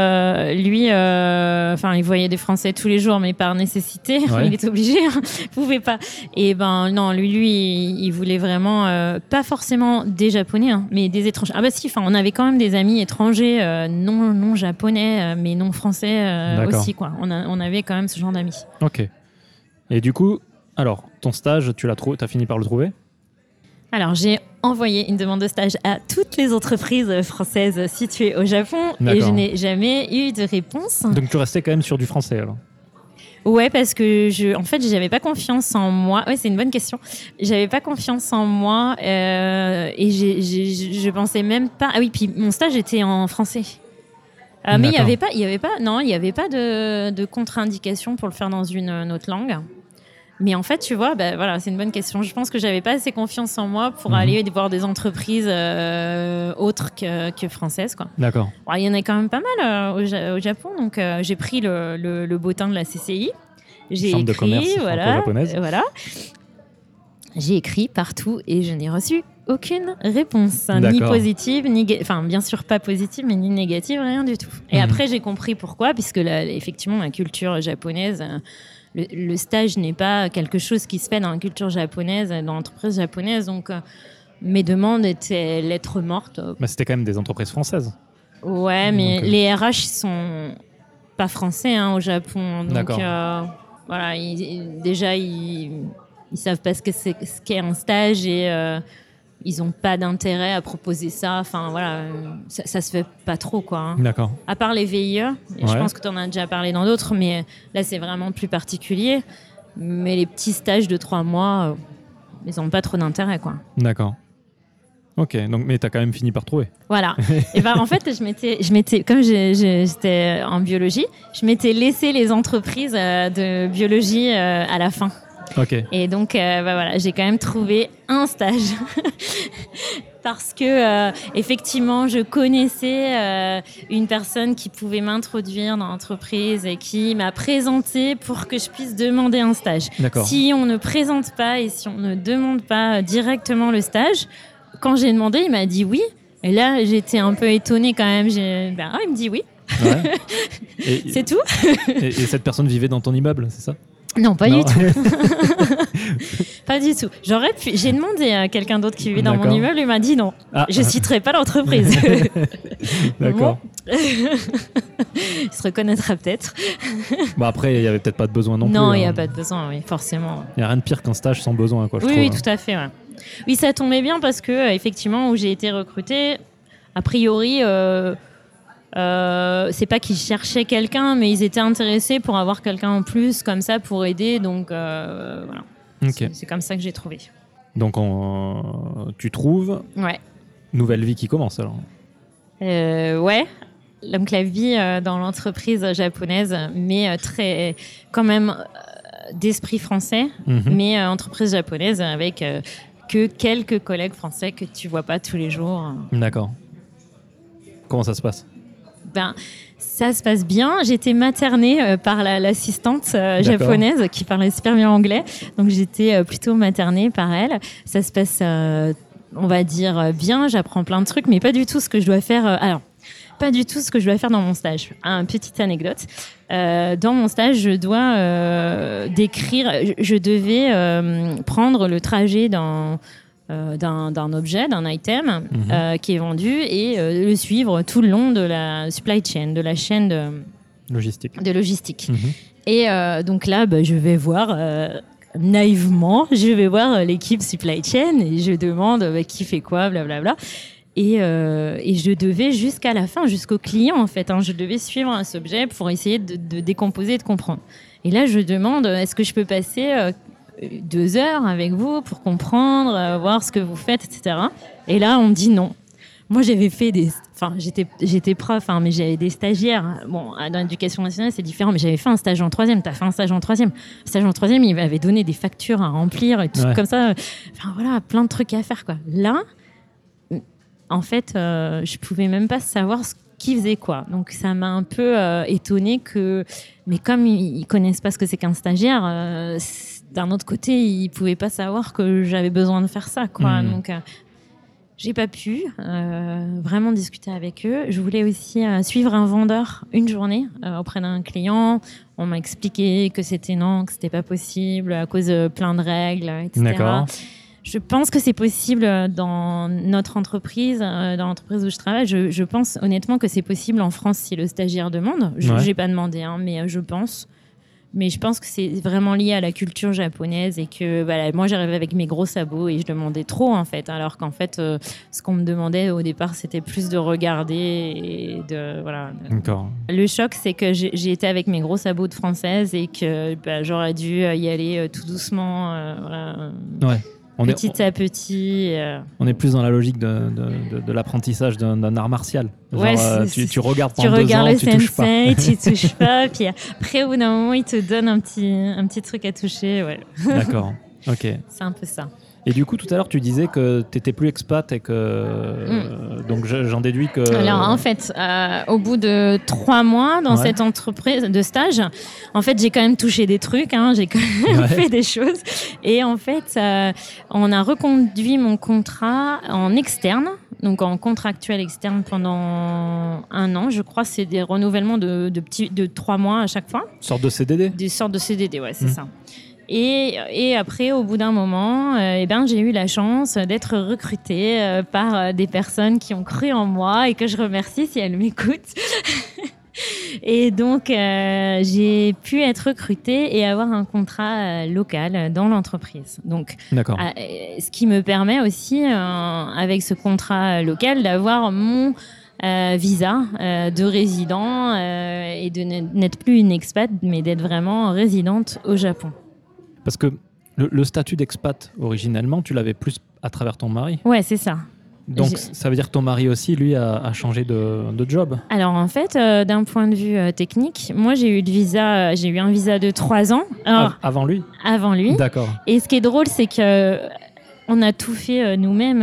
il voyait des Français tous les jours, mais par nécessité. Ouais. Il était obligé, hein. Il pouvait pas. Et non, lui, il voulait vraiment pas forcément des Japonais, hein, mais des étrangers. Ah bah si, on avait quand même des amis étrangers non japonais, mais non français aussi, quoi. On avait quand même ce genre d'amis. Ok. Et du coup, alors, ton stage, t'as fini par le trouver ? Alors, j'ai envoyé une demande de stage à toutes les entreprises françaises situées au Japon. D'accord. Et je n'ai jamais eu de réponse. Donc, tu restais quand même sur du français, alors ? Ouais, parce que j'avais pas confiance en moi. Ouais, c'est une bonne question. J'avais pas confiance en moi et je pensais même pas. Ah oui, puis mon stage était en français. Mais il y avait pas de contre-indication pour le faire dans une autre langue. Mais en fait, tu vois, c'est une bonne question. Je pense que j'avais pas assez confiance en moi pour aller voir des entreprises autres que françaises, quoi. D'accord. Il y en a quand même pas mal au Japon, donc j'ai pris le beau temps de la CCI. J'ai Chambre écrit, de commerce franco-japonaise. Voilà. J'ai écrit partout et je n'ai reçu aucune réponse, ni positive, ni bien sûr pas positive, mais ni négative, rien du tout. Et après, j'ai compris pourquoi, puisque effectivement, la culture japonaise. Le stage n'est pas quelque chose qui se fait dans la culture japonaise, dans l'entreprise japonaise. Donc, mes demandes étaient lettres mortes. Mais c'était quand même des entreprises françaises. Ouais, mais les RH sont pas français au Japon. Donc, d'accord. Voilà, ils savent pas ce qu'est un stage et ils ont pas d'intérêt à proposer ça. Enfin, voilà, ça se fait pas trop, quoi. Hein. D'accord. À part les VIE, et je pense que tu en as déjà parlé dans d'autres, mais là, c'est vraiment plus particulier. Mais les petits stages de 3 mois, ils n'ont pas trop d'intérêt, quoi. D'accord. Ok, donc, mais tu as quand même fini par trouver. Voilà. Et en fait, comme j'étais en biologie, je m'étais laissé les entreprises de biologie à la fin. Okay. Et donc, voilà, j'ai quand même trouvé un stage parce que effectivement, je connaissais une personne qui pouvait m'introduire dans l'entreprise et qui m'a présenté pour que je puisse demander un stage. D'accord. Si on ne présente pas et si on ne demande pas directement le stage, quand j'ai demandé, il m'a dit oui. Et là, j'étais un peu étonnée quand même. Il me dit oui. Ouais. C'est tout. et cette personne vivait dans ton immeuble, c'est ça ? Non, pas du tout. Pas du tout. J'ai demandé à quelqu'un d'autre qui vivait dans mon immeuble, il m'a dit non. Je citerai pas l'entreprise. D'accord. Il se reconnaîtra peut-être. Après, il y avait peut-être pas de besoin non plus. Non, il y a pas de besoin, oui, forcément. Il y a rien de pire qu'un stage sans besoin, quoi. Je trouve. Oui, tout à fait. Ouais. Oui, ça tombait bien parce que effectivement, où j'ai été recrutée, a priori. C'est pas qu'ils cherchaient quelqu'un, mais ils étaient intéressés pour avoir quelqu'un en plus, comme ça, pour aider. Donc, voilà. Okay. C'est comme ça que j'ai trouvé. Donc, tu trouves. Ouais. Nouvelle vie qui commence, alors. Ouais. Donc, la vie dans l'entreprise japonaise, mais très, quand même, d'esprit français, mais entreprise japonaise avec que quelques collègues français que tu vois pas tous les jours. D'accord. Comment ça se passe ? Ça se passe bien. J'ai été maternée par l'assistante japonaise qui parlait super bien anglais. Donc, j'étais plutôt maternée par elle. Ça se passe, on va dire, bien. J'apprends plein de trucs, mais pas du tout ce que je dois faire. Pas du tout ce que je dois faire dans mon stage. Une petite anecdote. Dans mon stage, je dois je devais prendre le trajet d'un objet, d'un item qui est vendu et le suivre tout le long de la supply chain, de la chaîne de logistique. Et donc là, je vais voir naïvement, l'équipe supply chain et je demande qui fait quoi, blablabla. Et je devais jusqu'à la fin, jusqu'au client en fait, je devais suivre cet objet pour essayer de décomposer et de comprendre. Et là, je demande, est-ce que je peux passer 2 heures avec vous pour comprendre, voir ce que vous faites, etc. Et là, on me dit non. Moi, j'avais fait j'étais prof, mais j'avais des stagiaires. Bon, dans l'éducation nationale, c'est différent, mais j'avais fait un stage en 3e. T'as fait un stage en 3e. Le stage en 3e, il m'avait donné des factures à remplir et tout comme ça. Voilà, plein de trucs à faire, quoi. Là, en fait, je pouvais même pas savoir qui faisait quoi. Donc, ça m'a un peu étonnée mais comme ils connaissent pas ce que c'est qu'un stagiaire, d'un autre côté, ils pouvaient pas savoir que j'avais besoin de faire ça, quoi. Donc, j'ai pas pu vraiment discuter avec eux. Je voulais aussi suivre un vendeur une journée auprès d'un client. On m'a expliqué que c'était pas possible à cause de plein de règles, etc. D'accord. Je pense que c'est possible dans notre entreprise, dans l'entreprise où je travaille. Je pense honnêtement que c'est possible en France si le stagiaire demande. J'ai pas demandé, mais je pense. Mais je pense que c'est vraiment lié à la culture japonaise et que moi j'arrivais avec mes gros sabots et je demandais trop en fait, alors qu'en fait ce qu'on me demandait au départ c'était plus de regarder et de voilà. D'accord. Le choc c'est que j'ai été avec mes gros sabots de française et que j'aurais dû y aller tout doucement, voilà. Ouais. Petit à petit. On est plus dans la logique de l'apprentissage d'un art martial. Genre, ouais, tu regardes pendant 2 ans, tu touches pas. Tu regardes le sensei, tu touches pas, puis après au bout d'un moment il te donne un petit truc à toucher. Ouais. D'accord, ok. C'est un peu ça. Et du coup, tout à l'heure, tu disais que tu n'étais plus expat et que... Donc, j'en déduis que... Alors, en fait, au bout de 3 mois dans cette entreprise de stage, en fait, j'ai quand même touché des trucs, j'ai quand même fait des choses. Et en fait, on a reconduit mon contrat en externe, donc en contractuel externe pendant 1 an. Je crois c'est des renouvellements de 3 mois à chaque fois. Sorte de CDD ? Des sortes de CDD, ouais, c'est ça. Et après, au bout d'un moment, j'ai eu la chance d'être recrutée par des personnes qui ont cru en moi et que je remercie si elles m'écoutent. Et donc, j'ai pu être recrutée et avoir un contrat local dans l'entreprise. Donc, ce qui me permet aussi, avec ce contrat local, d'avoir mon visa de résident et de n'être plus une expat, mais d'être vraiment résidente au Japon. Parce que le statut d'expat, originellement, tu l'avais plus à travers ton mari ? Ouais, c'est ça. Donc, ça veut dire que ton mari aussi, lui, a changé de job ? Alors, en fait, d'un point de vue technique, moi, j'ai eu un visa de 3 ans. Alors, avant lui ? Avant lui. D'accord. Et ce qui est drôle, c'est que on a tout fait nous-mêmes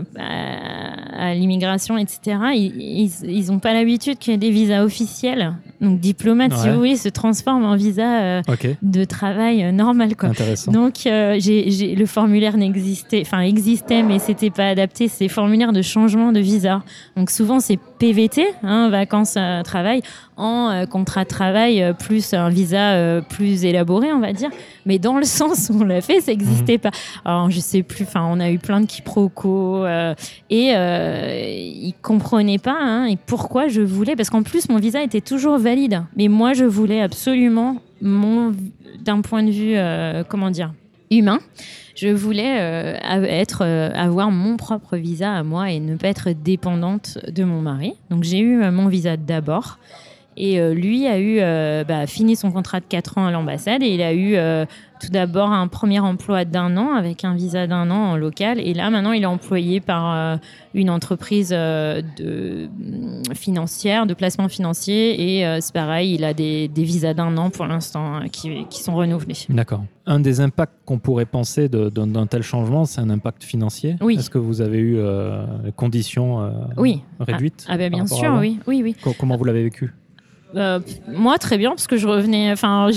à l'immigration, etc. Ils n'ont pas l'habitude qu'il y ait des visas officiels. Donc, diplomate, si vous voulez, se transforme en visa de travail normal, quoi. Intéressant. Donc, le formulaire existait, mais c'était pas adapté. C'est formulaire de changement de visa. Donc, souvent, c'est PVT, vacances, travail, en contrat de travail, plus un visa plus élaboré, on va dire. Mais dans le sens où on l'a fait, ça n'existait pas. Alors, je sais plus, on a eu plein de quiproquos et ils comprenaient pas et pourquoi je voulais, parce qu'en plus, mon visa était toujours valide. Mais moi, je voulais absolument, d'un point de vue, humain, je voulais avoir mon propre visa à moi et ne pas être dépendante de mon mari. Donc, j'ai eu mon visa d'abord. Et lui a eu fini son contrat de 4 ans à l'ambassade et il a eu tout d'abord un premier emploi d'1 an avec un visa d'1 an en local. Et là, maintenant, il est employé par une entreprise financière, de placement financier. Et c'est pareil, il a des visas d'1 an pour l'instant qui sont renouvelés. D'accord. Un des impacts qu'on pourrait penser d'un tel changement, c'est un impact financier. Oui. Est-ce que vous avez eu des conditions réduites ? Bien sûr, oui. Comment vous l'avez vécu ? Moi, très bien, parce que je revenais.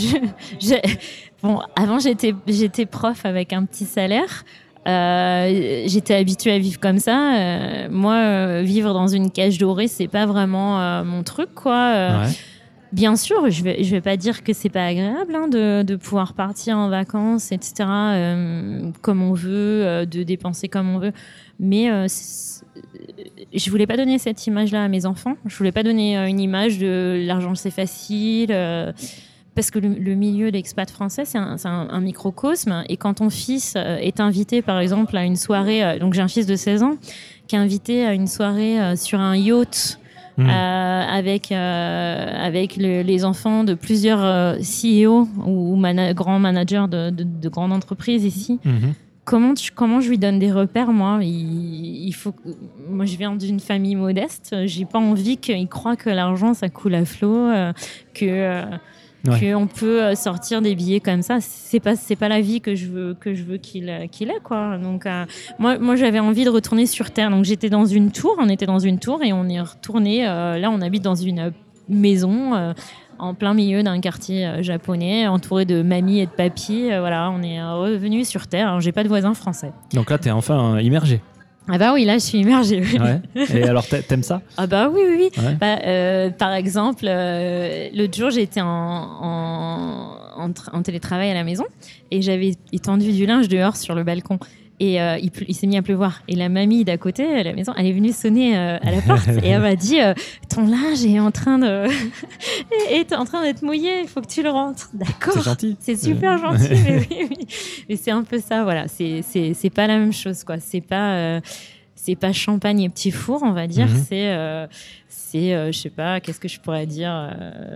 Avant, j'étais prof avec un petit salaire. J'étais habituée à vivre comme ça. Moi, vivre dans une cage dorée, c'est pas vraiment mon truc, quoi. Bien sûr, je vais pas dire que c'est pas agréable de pouvoir partir en vacances, etc. Comme on veut, de dépenser comme on veut. Mais je voulais pas donner cette image-là à mes enfants. Je voulais pas donner une image de l'argent c'est facile, parce que le milieu d'expat français c'est un microcosme. Et quand ton fils est invité par exemple à une soirée, donc j'ai un fils de 16 ans qui est invité à une soirée sur un yacht avec les enfants de plusieurs CEO ou grands managers de grandes entreprises ici. Comment je lui donne des repères, moi ? Moi, je viens d'une famille modeste. J'ai pas envie qu'il croie que l'argent, ça coule à flot, qu'on peut sortir des billets comme ça. C'est pas la vie que je veux qu'il ait, quoi. Donc, moi, j'avais envie de retourner sur Terre. Donc, on était dans une tour et on est retourné. Là, on habite dans une maison en plein milieu d'un quartier japonais, entouré de mamies et de papis. Voilà, on est revenu sur Terre. Alors, j'ai pas de voisins français. Donc là, t'es enfin immergé. Ah bah oui, là, je suis immergée. Oui. Ouais. Et alors, t'aimes ça? Ah bah oui, oui, oui. Ouais. Par exemple, l'autre jour, j'étais en télétravail à la maison et j'avais étendu du linge dehors sur le balcon. Et il s'est mis à pleuvoir. Et la mamie d'à côté, à la maison, elle est venue sonner à la porte et elle m'a dit ton linge est en train d'être mouillé, il faut que tu le rentres. D'accord. C'est gentil. C'est super gentil, mais oui, oui. Mais c'est un peu ça, voilà. C'est pas la même chose, quoi. C'est pas champagne et petit four, on va dire. Mm-hmm. Je sais pas, qu'est-ce que je pourrais dire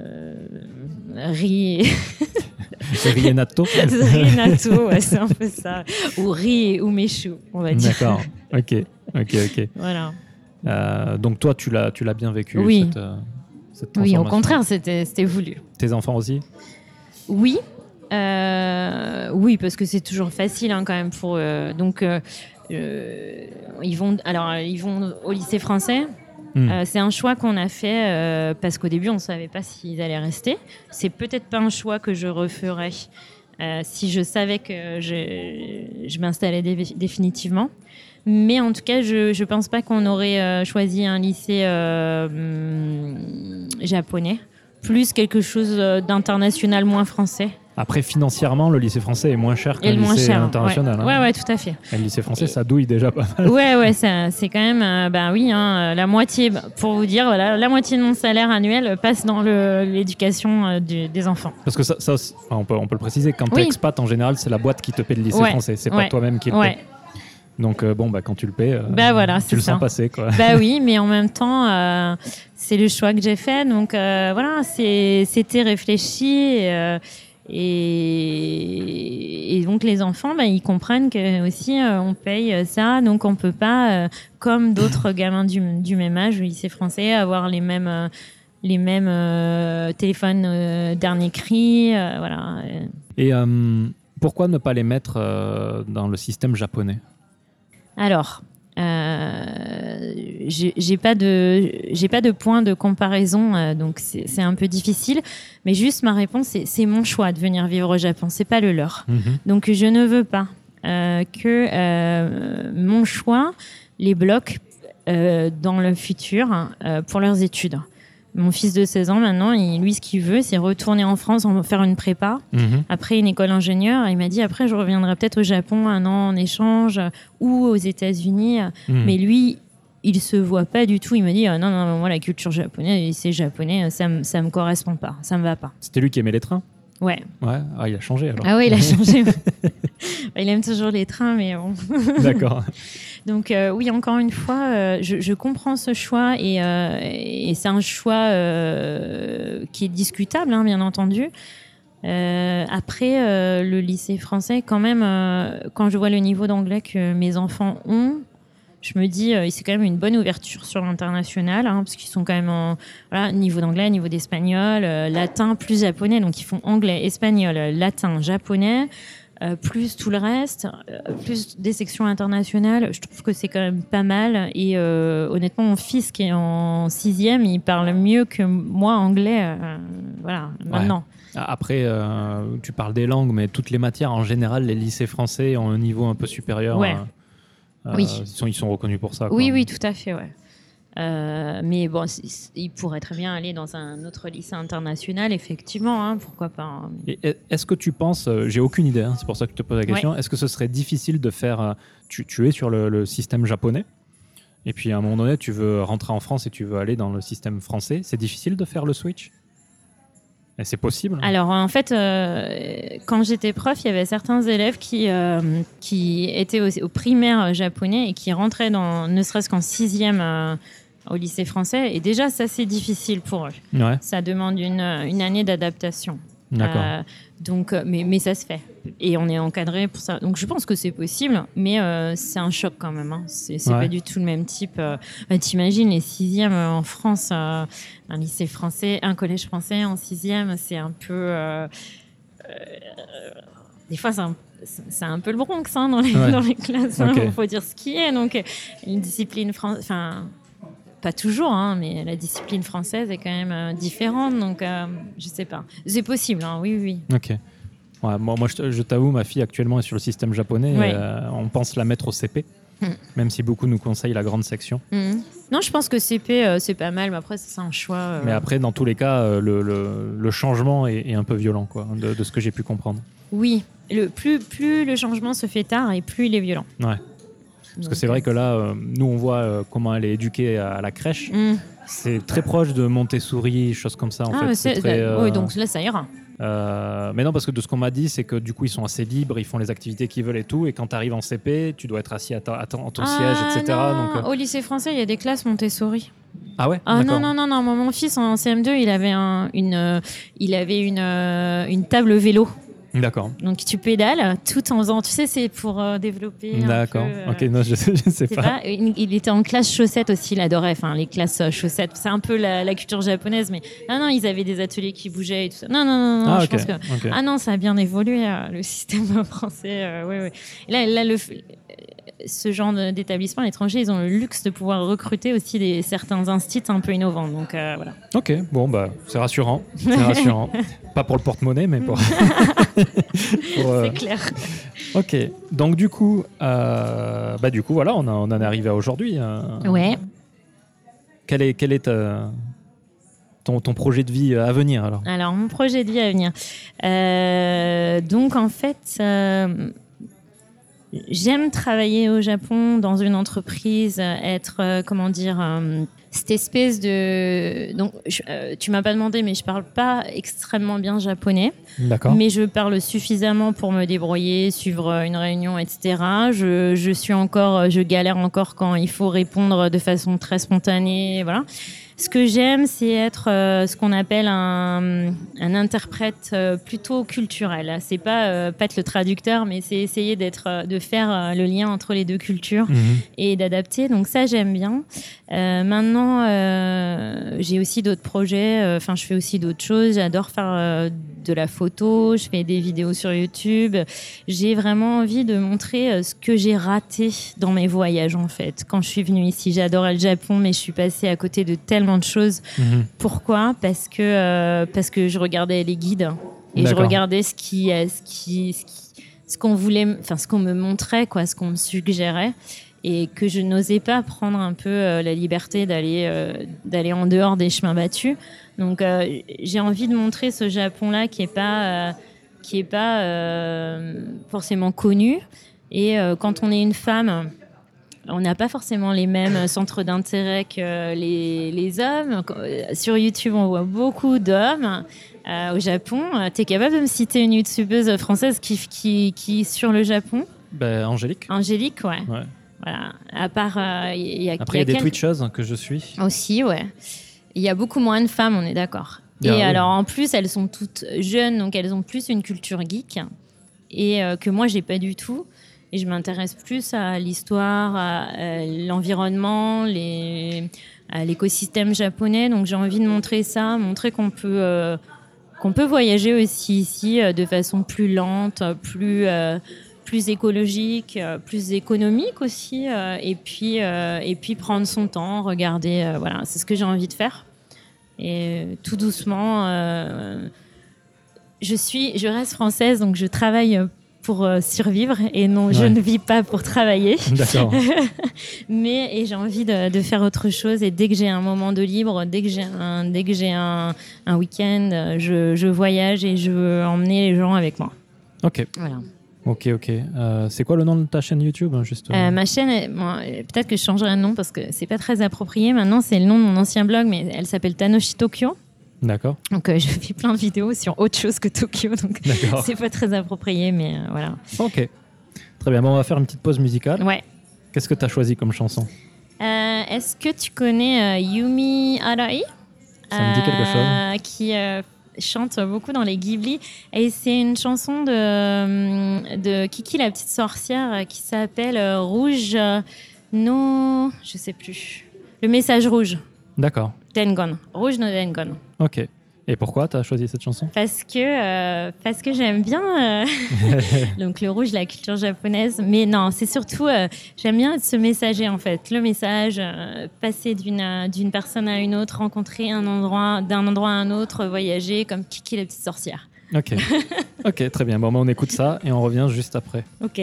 riz. C'est riz et natto. Riz et natto, ouais, c'est un peu ça. Ou riz et umeshu, on va dire. D'accord. Ok. Voilà. Donc toi, tu l'as bien vécu. Oui. Cette Oui, au transformation. contraire, c'était voulu. Tes enfants aussi? Oui. Oui, parce que c'est toujours facile quand même pour eux. Donc, ils vont au lycée français. C'est un choix qu'on a fait parce qu'au début, on ne savait pas s'ils allaient rester. C'est peut-être pas un choix que je referais si je savais que je m'installais définitivement. Mais en tout cas, je ne pense pas qu'on aurait choisi un lycée japonais, plus quelque chose d'international, moins français. Après, financièrement, le lycée français est moins cher qu'un lycée international. Ouais, ouais, tout à fait. Et le lycée français, ça douille déjà pas mal. Ouais, c'est quand même, la moitié, pour vous dire, voilà, la moitié de mon salaire annuel passe dans l'éducation des enfants. Parce que ça on peut le préciser, quand t'es expat, en général, c'est la boîte qui te paie le lycée français, c'est pas toi-même qui le paie. Donc quand tu le paies, voilà, tu le sens passer, quoi. Oui, mais en même temps, c'est le choix que j'ai fait, donc voilà, c'était réfléchi. Et donc les enfants, ils comprennent que aussi on paye ça, donc on peut pas, comme d'autres gamins du même âge au lycée français, avoir les mêmes téléphones dernier cri, voilà. Et pourquoi ne pas les mettre dans le système japonais? Alors, j'ai pas de point de comparaison, donc c'est un peu difficile. Mais juste ma réponse, c'est mon choix de venir vivre au Japon, c'est pas le leur. Donc je ne veux pas que mon choix les bloque dans le futur pour leurs études. Mon fils de 16 ans, maintenant, lui, ce qu'il veut, c'est retourner en France, faire une prépa, après une école ingénieur. Il m'a dit, après, je reviendrai peut-être au Japon un an en échange ou aux États-Unis. Mais lui, il se voit pas du tout. Il m'a dit, non, moi, la culture japonaise, c'est japonais, ça me correspond pas, ça me va pas. C'était lui qui aimait les trains? Ouais. Ah, il a changé alors. Ah oui, il a changé. Il aime toujours les trains, mais bon. D'accord. Donc oui, encore une fois, je comprends ce choix et c'est un choix qui est discutable, hein, bien entendu. Après, le lycée français, quand même, quand je vois le niveau d'anglais que mes enfants ont, je me dis c'est quand même une bonne ouverture sur l'international, hein, parce qu'ils sont quand même niveau d'anglais, niveau d'espagnol, latin plus japonais, donc ils font anglais, espagnol, latin, japonais. Plus tout le reste, plus des sections internationales, je trouve que c'est quand même pas mal. Et honnêtement, mon fils qui est en 6e, il parle mieux que moi anglais, maintenant. Ouais. Après, tu parles des langues, mais toutes les matières, en général, les lycées français ont un niveau un peu supérieur. Ouais. Oui. Ils sont reconnus pour ça, quoi. Oui, tout à fait, ouais. Mais bon, il pourrait très bien aller dans un autre lycée international, effectivement, hein, pourquoi pas. Hein. Et est-ce que tu penses, j'ai aucune idée, hein, c'est pour ça que je te pose la question, est-ce que ce serait difficile de faire, tu es sur le système japonais, et puis à un moment donné, tu veux rentrer en France et tu veux aller dans le système français, c'est difficile de faire le switch? Et c'est possible? Alors en fait, quand j'étais prof, il y avait certains élèves qui étaient au primaire japonais et qui rentraient ne serait-ce qu'en 6e au lycée français. Et déjà, ça, c'est difficile pour eux. Ouais. Ça demande une année d'adaptation. D'accord. Donc, mais ça se fait. Et on est encadré pour ça. Donc je pense que c'est possible, mais c'est un choc quand même. Hein. C'est pas du tout le même type. T'imagines les 6e en France, un lycée français, un collège français en 6e, c'est un peu... des fois, c'est un peu le Bronx dans les classes. Il faut dire ce qui est. Donc, une discipline... pas toujours, hein, mais la discipline française est quand même différente, donc je sais pas. C'est possible, hein, oui, oui. Ok. Ouais, moi je t'avoue, ma fille actuellement est sur le système japonais. Ouais. On pense la mettre au CP, même si beaucoup nous conseillent la grande section. Non, je pense que CP, c'est pas mal, mais après, c'est un choix. Mais après, dans tous les cas, le changement est un peu violent, quoi, de ce que j'ai pu comprendre. Oui, plus le changement se fait tard et plus il est violent. Ouais. Parce que c'est vrai que là, nous, on voit comment elle est éduquée à la crèche. C'est très proche de Montessori, choses comme ça. En fait. C'est très, oui, donc là, ça ira. Mais non, parce que de ce qu'on m'a dit, c'est que du coup, ils sont assez libres, ils font les activités qu'ils veulent et tout. Et quand tu arrives en CP, tu dois être assis à ton siège, etc. Non. Donc, Au lycée français, il y a des classes Montessori. Ah ouais? Ah D'accord. non. Moi, mon fils en CM2, il avait une table vélo. D'accord. Donc tu pédales tout en faisant, tu sais, c'est pour développer. D'accord. Un peu, Ok, non, je sais pas. Il était en classe chaussettes aussi, il adorait. Enfin, les classes chaussettes, c'est un peu la culture japonaise, mais non, ils avaient des ateliers qui bougeaient et tout ça. Non, Ah, je ok, pense que ok. ah non, ça a bien évolué le système français. Oui. Là, ce genre d'établissement étranger, ils ont le luxe de pouvoir recruter aussi certains instituts un peu innovants. Donc voilà. Ok, bon, bah, c'est rassurant. C'est rassurant. Pas pour le porte-monnaie, mais pour. C'est clair. Ok, donc du coup, voilà, on en est arrivé à aujourd'hui. Ouais. Quel est ton projet de vie à venir alors? Alors, mon projet de vie à venir. Donc, en fait, j'aime travailler au Japon dans une entreprise, être, cette espèce de... Donc, tu m'as pas demandé, mais je parle pas extrêmement bien japonais. D'accord. Mais je parle suffisamment pour me débrouiller, suivre une réunion, etc. Je galère encore quand il faut répondre de façon très spontanée, voilà. Ce que j'aime, c'est être ce qu'on appelle un interprète plutôt culturel. C'est pas être le traducteur, mais c'est essayer de faire le lien entre les deux cultures et d'adapter. Donc ça, j'aime bien. Maintenant, j'ai aussi d'autres projets. Je fais aussi d'autres choses. J'adore faire de la photo. Je fais des vidéos sur YouTube. J'ai vraiment envie de montrer ce que j'ai raté dans mes voyages, en fait. Quand je suis venue ici, j'adorais le Japon, mais je suis passée à côté de tellement de choses. Pourquoi ? Parce que je regardais les guides et je regardais ce qu'on voulait, ce qu'on me montrait, quoi, ce qu'on me suggérait, et que je n'osais pas prendre un peu la liberté d'aller en dehors des chemins battus. Donc j'ai envie de montrer ce Japon-là qui est pas forcément connu. Et quand on est une femme, on n'a pas forcément les mêmes centres d'intérêt que les hommes. Sur YouTube, on voit beaucoup d'hommes. Au Japon, tu es capable de me citer une youtubeuse française qui sur le Japon ? Angélique. Angélique, ouais. Voilà. À part, Après, il y a des Twitchers que je suis. Aussi, ouais. Il y a beaucoup moins de femmes, on est d'accord. Alors, en plus, elles sont toutes jeunes, donc elles ont plus une culture geek, et que moi, j'ai pas du tout. Et je m'intéresse plus à l'histoire, à l'environnement, à l'écosystème japonais. Donc j'ai envie de montrer ça, montrer qu'on peut voyager aussi ici de façon plus lente, plus écologique, plus économique aussi. Et puis prendre son temps, regarder. Voilà, c'est ce que j'ai envie de faire. Et tout doucement, je reste française, donc je travaille pour survivre et non, je ne vis pas pour travailler. D'accord. Et j'ai envie de faire autre chose, et dès que j'ai un moment de libre, dès que j'ai un week-end, je voyage et je veux emmener les gens avec moi. Ok. Voilà. Ok. C'est quoi le nom de ta chaîne YouTube, juste Ma chaîne, peut-être que je changerai de nom parce que c'est pas très approprié. Maintenant, c'est le nom de mon ancien blog, mais elle s'appelle Tanoshi Tokyo. D'accord. Donc je fais plein de vidéos sur autre chose que Tokyo, donc c'est pas très approprié, mais voilà. Ok. Très bien, on va faire une petite pause musicale. Ouais. Qu'est-ce que tu as choisi comme chanson ? Est-ce que tu connais Yumi Arai ? Ça me dit quelque chose. Qui chante beaucoup dans les Ghibli. Et c'est une chanson de Kiki, la petite sorcière, qui s'appelle Rouge no... Je sais plus. Le message rouge. D'accord. Dengon. Rouge no Dengon. Ok. Et pourquoi tu as choisi cette chanson ? Parce que j'aime bien donc le rouge, la culture japonaise. Mais non, c'est surtout, j'aime bien ce messager en fait. Le message, passer d'une personne à une autre, rencontrer d'un endroit à un autre, voyager comme Kiki la petite sorcière. Ok, ok, très bien. Bon, on écoute ça et on revient juste après. Ok.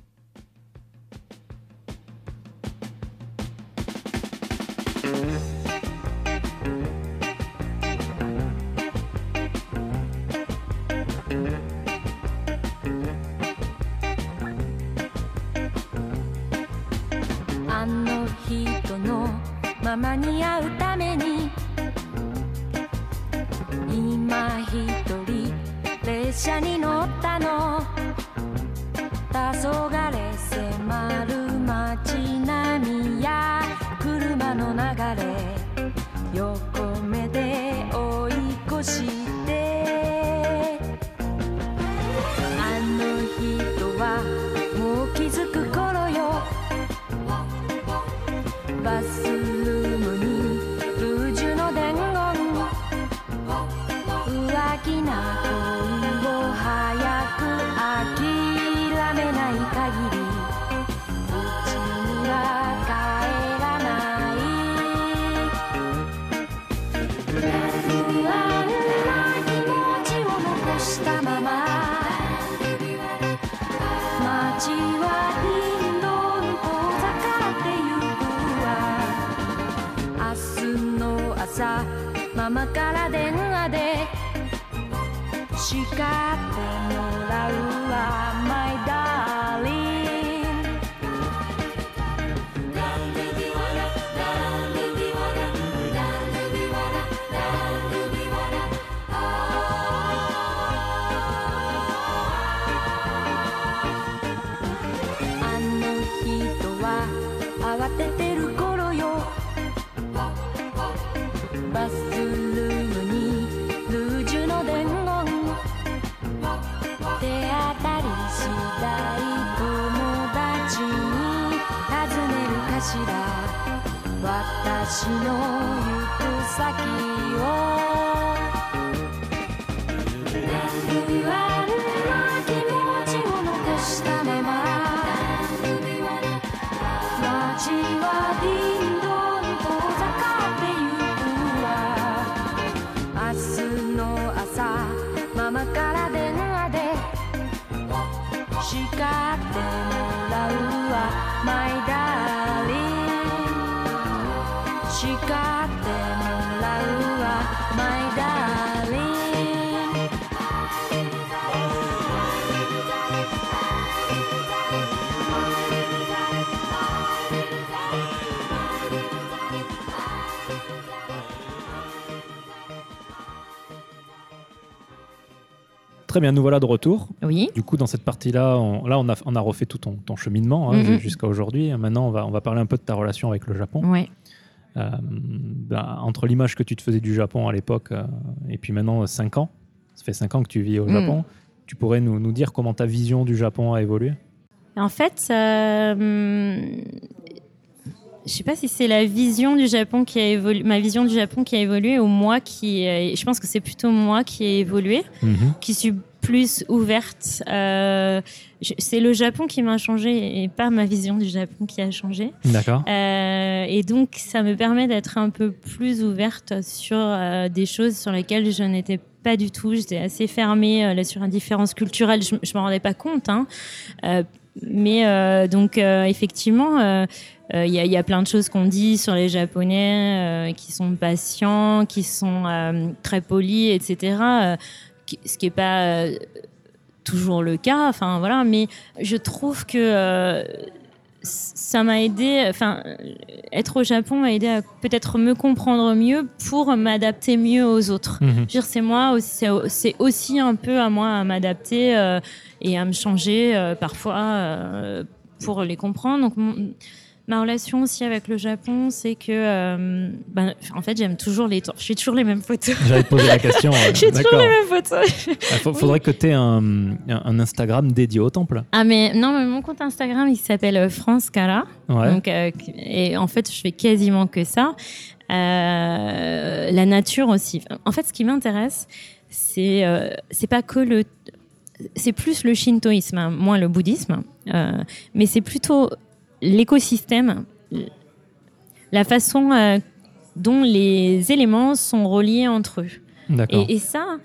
あの人のままに会うために今一人列車に乗ったの黄昏迫る街並みや車の流れ横目で追い越してあの人はもう気づく頃よバスルームにルージュの伝言浮気な恋を早く諦めない限りうちには帰らない不安な気持ちを残したまま街はどんどん遠ざかってゆくわ明日の朝ママから電話で叱ってもらうわ My darlingあの人は慌ててる頃よバスルームにルージュの伝言手当たり次第友達に尋ねるかしら私の行く先を不安な気持ちを残したまま街はディンドン遠ざかってゆくわ明日の朝ママから電話で叱ってもらうわ My darling 叱ってもらうわ My darling Très bien, nous voilà de retour. Oui. Du coup, dans cette partie-là, on a refait tout ton cheminement jusqu'à aujourd'hui. Maintenant, on va parler un peu de ta relation avec le Japon. Ouais. Entre l'image que tu te faisais du Japon à l'époque et puis maintenant 5 ans, ça fait 5 ans que tu vis au Japon, tu pourrais nous dire comment ta vision du Japon a évolué ? En fait, je sais pas si c'est la vision du Japon qui a évolué, ma vision du Japon qui a évolué ou moi je pense que c'est plutôt moi qui ai évolué, qui suis plus ouverte. C'est le Japon qui m'a changé et pas ma vision du Japon qui a changé. D'accord. Et donc, ça me permet d'être un peu plus ouverte sur des choses sur lesquelles je n'étais pas du tout. J'étais assez fermée sur la différence culturelle. Je m'en rendais pas compte. Donc, effectivement, il y a plein de choses qu'on dit sur les Japonais qui sont patients, qui sont très polis, etc. Ce qui n'est pas toujours le cas. Enfin, voilà. Mais je trouve que ça m'a aidé. Enfin, être au Japon m'a aidé à peut-être me comprendre mieux pour m'adapter mieux aux autres. Je veux dire, c'est aussi un peu à moi à m'adapter et à me changer parfois pour les comprendre. Donc, ma relation aussi avec le Japon, c'est que, en fait, j'aime toujours je fais toujours les mêmes photos. J'allais te poser la question. Je fais toujours les mêmes photos. Faudrait que tu aies un Instagram dédié au temple. Ah, mais non, mais mon compte Instagram, il s'appelle France Kara. Ouais. Donc, et en fait, je fais quasiment que ça. la nature aussi. En fait, ce qui m'intéresse, c'est pas que c'est plus le shintoïsme, hein, moins le bouddhisme, mais c'est plutôt l'écosystème, la façon dont les éléments sont reliés entre eux. D'accord. Et ça,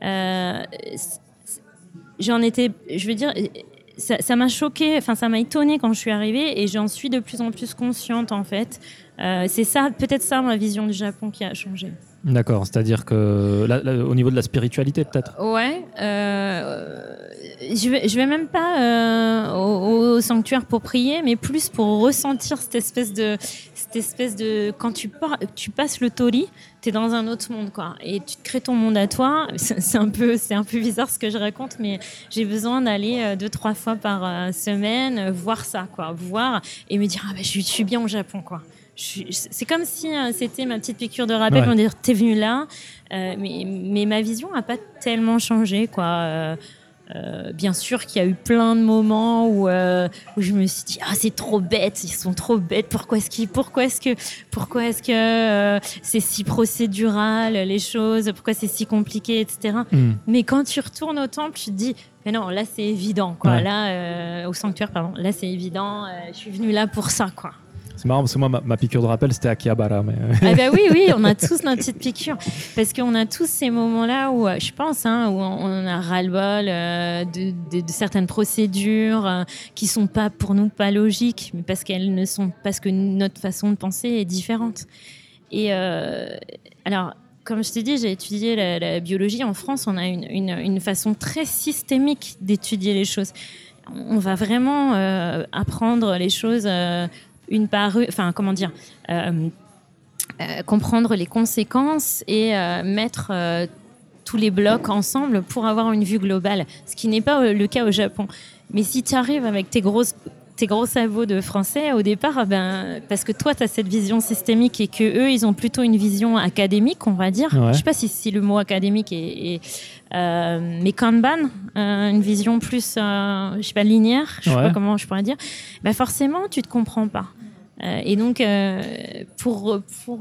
je veux dire, ça m'a choquée, enfin ça m'a étonnée quand je suis arrivée, et j'en suis de plus en plus consciente en fait. C'est ça, peut-être ça, ma vision du Japon qui a changé. D'accord, c'est-à-dire que au niveau de la spiritualité, peut-être. Ouais, je vais même pas au sanctuaire pour prier, mais plus pour ressentir cette espèce de quand tu passes le tori, t'es dans un autre monde, quoi, et tu te crées ton monde à toi. C'est un peu bizarre ce que je raconte, mais j'ai besoin d'aller 2-3 fois par semaine voir ça, quoi, voir et me dire je suis bien au Japon, quoi. C'est comme si c'était ma petite piqûre de rappel, pour me dire t'es venu là, mais ma vision n'a pas tellement changé, quoi. Bien sûr qu'il y a eu plein de moments où je me suis dit c'est trop bête, ils sont trop bêtes, pourquoi est-ce que c'est si procédural les choses, pourquoi c'est si compliqué, etc. Mais quand tu retournes au temple, tu te dis mais non, là c'est évident, quoi. Là au sanctuaire, pardon, là c'est évident, je suis venue là pour ça, quoi. C'est marrant parce que moi, ma piqûre de rappel, c'était Akihabara. Mais... oui, on a tous notre petite piqûre. Parce qu'on a tous ces moments-là où, je pense, où on a ras-le-bol de certaines procédures qui sont pas, pour nous, pas logiques, mais parce que notre façon de penser est différente. Et alors, comme je t'ai dit, j'ai étudié la biologie. En France, on a une façon très systémique d'étudier les choses. On va vraiment apprendre les choses... comprendre les conséquences et mettre tous les blocs ensemble pour avoir une vue globale, ce qui n'est pas le cas au Japon. Mais si tu arrives avec tes gros sabots de français au départ, parce que toi tu as cette vision systémique et que eux ils ont plutôt une vision académique, on va dire. Ouais. Je sais pas si le mot académique est mais Kanban, une vision plus je sais pas, linéaire, je sais pas comment je pourrais dire, forcément tu te comprends pas. Et donc pour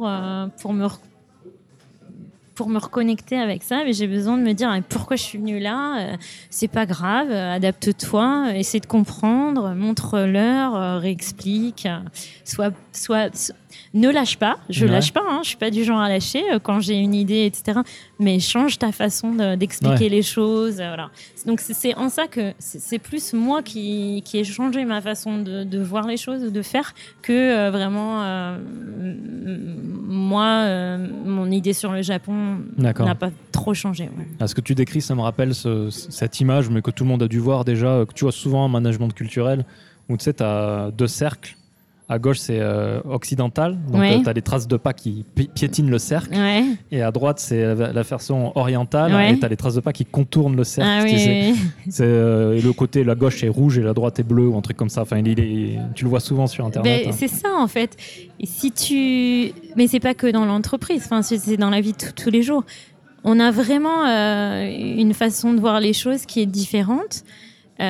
me reconnecter avec ça, j'ai besoin de me dire pourquoi je suis venue là, c'est pas grave, adapte-toi, essaie de comprendre, montre-leur, réexplique, ne lâche pas, lâche pas, je suis pas du genre à lâcher quand j'ai une idée, etc. Mais change ta façon d'expliquer les choses, voilà. Donc c'est en ça que c'est plus moi qui ai changé ma façon de voir les choses, de faire, que vraiment mon idée sur le Japon n'a pas trop changé. Ouais. Ce que tu décris, ça me rappelle cette image, mais que tout le monde a dû voir déjà, que tu vois souvent en management culturel, où tu sais, tu as 2 cercles. À gauche, c'est occidental, donc tu as des traces de pas qui piétinent le cercle. Ouais. Et à droite, c'est la version orientale, et tu as les traces de pas qui contournent le cercle. C'est le côté, la gauche est rouge et la droite est bleue, ou un truc comme ça. Enfin, tu le vois souvent sur Internet. C'est ça, en fait. Et mais c'est pas que dans l'entreprise, c'est dans la vie de tous les jours. On a vraiment une façon de voir les choses qui est différente. Il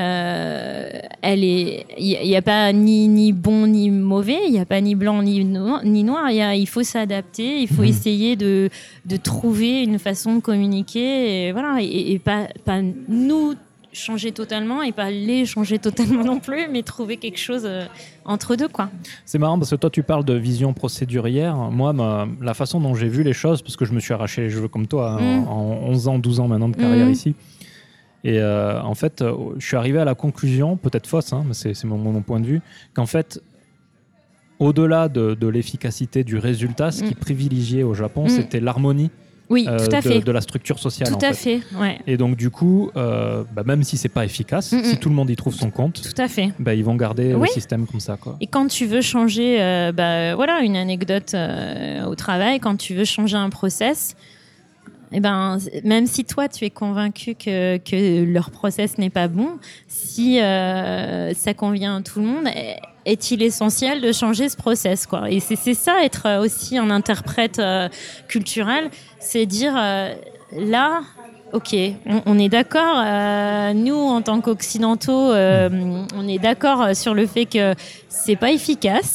y a pas ni bon ni mauvais, il y a pas ni blanc ni noir, il faut s'adapter, il faut essayer de trouver une façon de communiquer, et voilà, et pas nous changer totalement et pas les changer totalement non plus, mais trouver quelque chose entre deux, quoi. C'est marrant parce que toi tu parles de vision procédurière. Moi, la façon dont j'ai vu les choses, parce que je me suis arraché les cheveux comme toi en 11 ans, 12 ans maintenant de carrière ici. Et en fait, je suis arrivé à la conclusion, peut-être fausse, mais c'est mon point de vue, qu'en fait, au-delà de l'efficacité du résultat, ce qui privilégiait au Japon, c'était l'harmonie de la structure sociale. Tout à fait, ouais. Et donc, du coup, même si c'est pas efficace, si tout le monde y trouve son compte, tout à fait. Ils vont garder le système comme ça, quoi. Et quand tu veux changer, une anecdote au travail, quand tu veux changer un process, même si toi tu es convaincu que leur process n'est pas bon, si ça convient à tout le monde, est-il essentiel de changer ce process, quoi. Et c'est ça, être aussi un interprète culturel, c'est dire là, ok, on est d'accord, nous en tant qu'occidentaux, on est d'accord sur le fait que c'est pas efficace.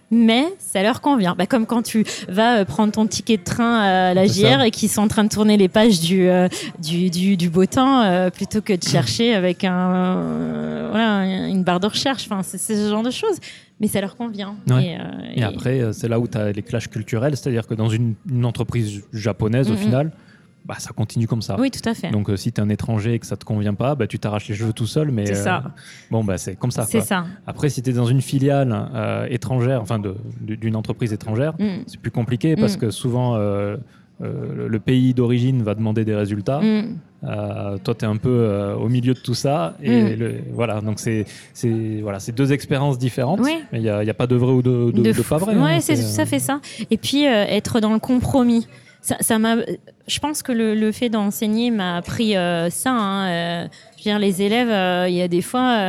mais ça leur convient. Comme quand tu vas prendre ton ticket de train à la C'est JR ça. et qu'ils sont en train de tourner les pages du beau temps plutôt que de chercher avec une barre de recherche. Enfin, c'est ce genre de choses. Mais ça leur convient. Ouais. Et après, c'est là où tu as les clashs culturels, c'est-à-dire que dans une entreprise japonaise, au final, ça continue comme ça. Oui, tout à fait. Donc, si tu es un étranger et que ça te convient pas, tu t'arraches les cheveux tout seul. Mais c'est ça. C'est comme ça. C'est quoi. ça. Après, si tu es dans une filiale étrangère, enfin d'une entreprise étrangère, c'est plus compliqué parce que souvent, le pays d'origine va demander des résultats. Toi, tu es un peu au milieu de tout ça. Et voilà, donc c'est deux expériences différentes. Oui. Mais il n'y a pas de vrai ou de pas vrai. Ouais, hein, ça fait ça. Et puis, être dans le compromis. Ça m'a, je pense que le fait d'enseigner m'a appris ça. Je veux dire, les élèves, il y a des fois,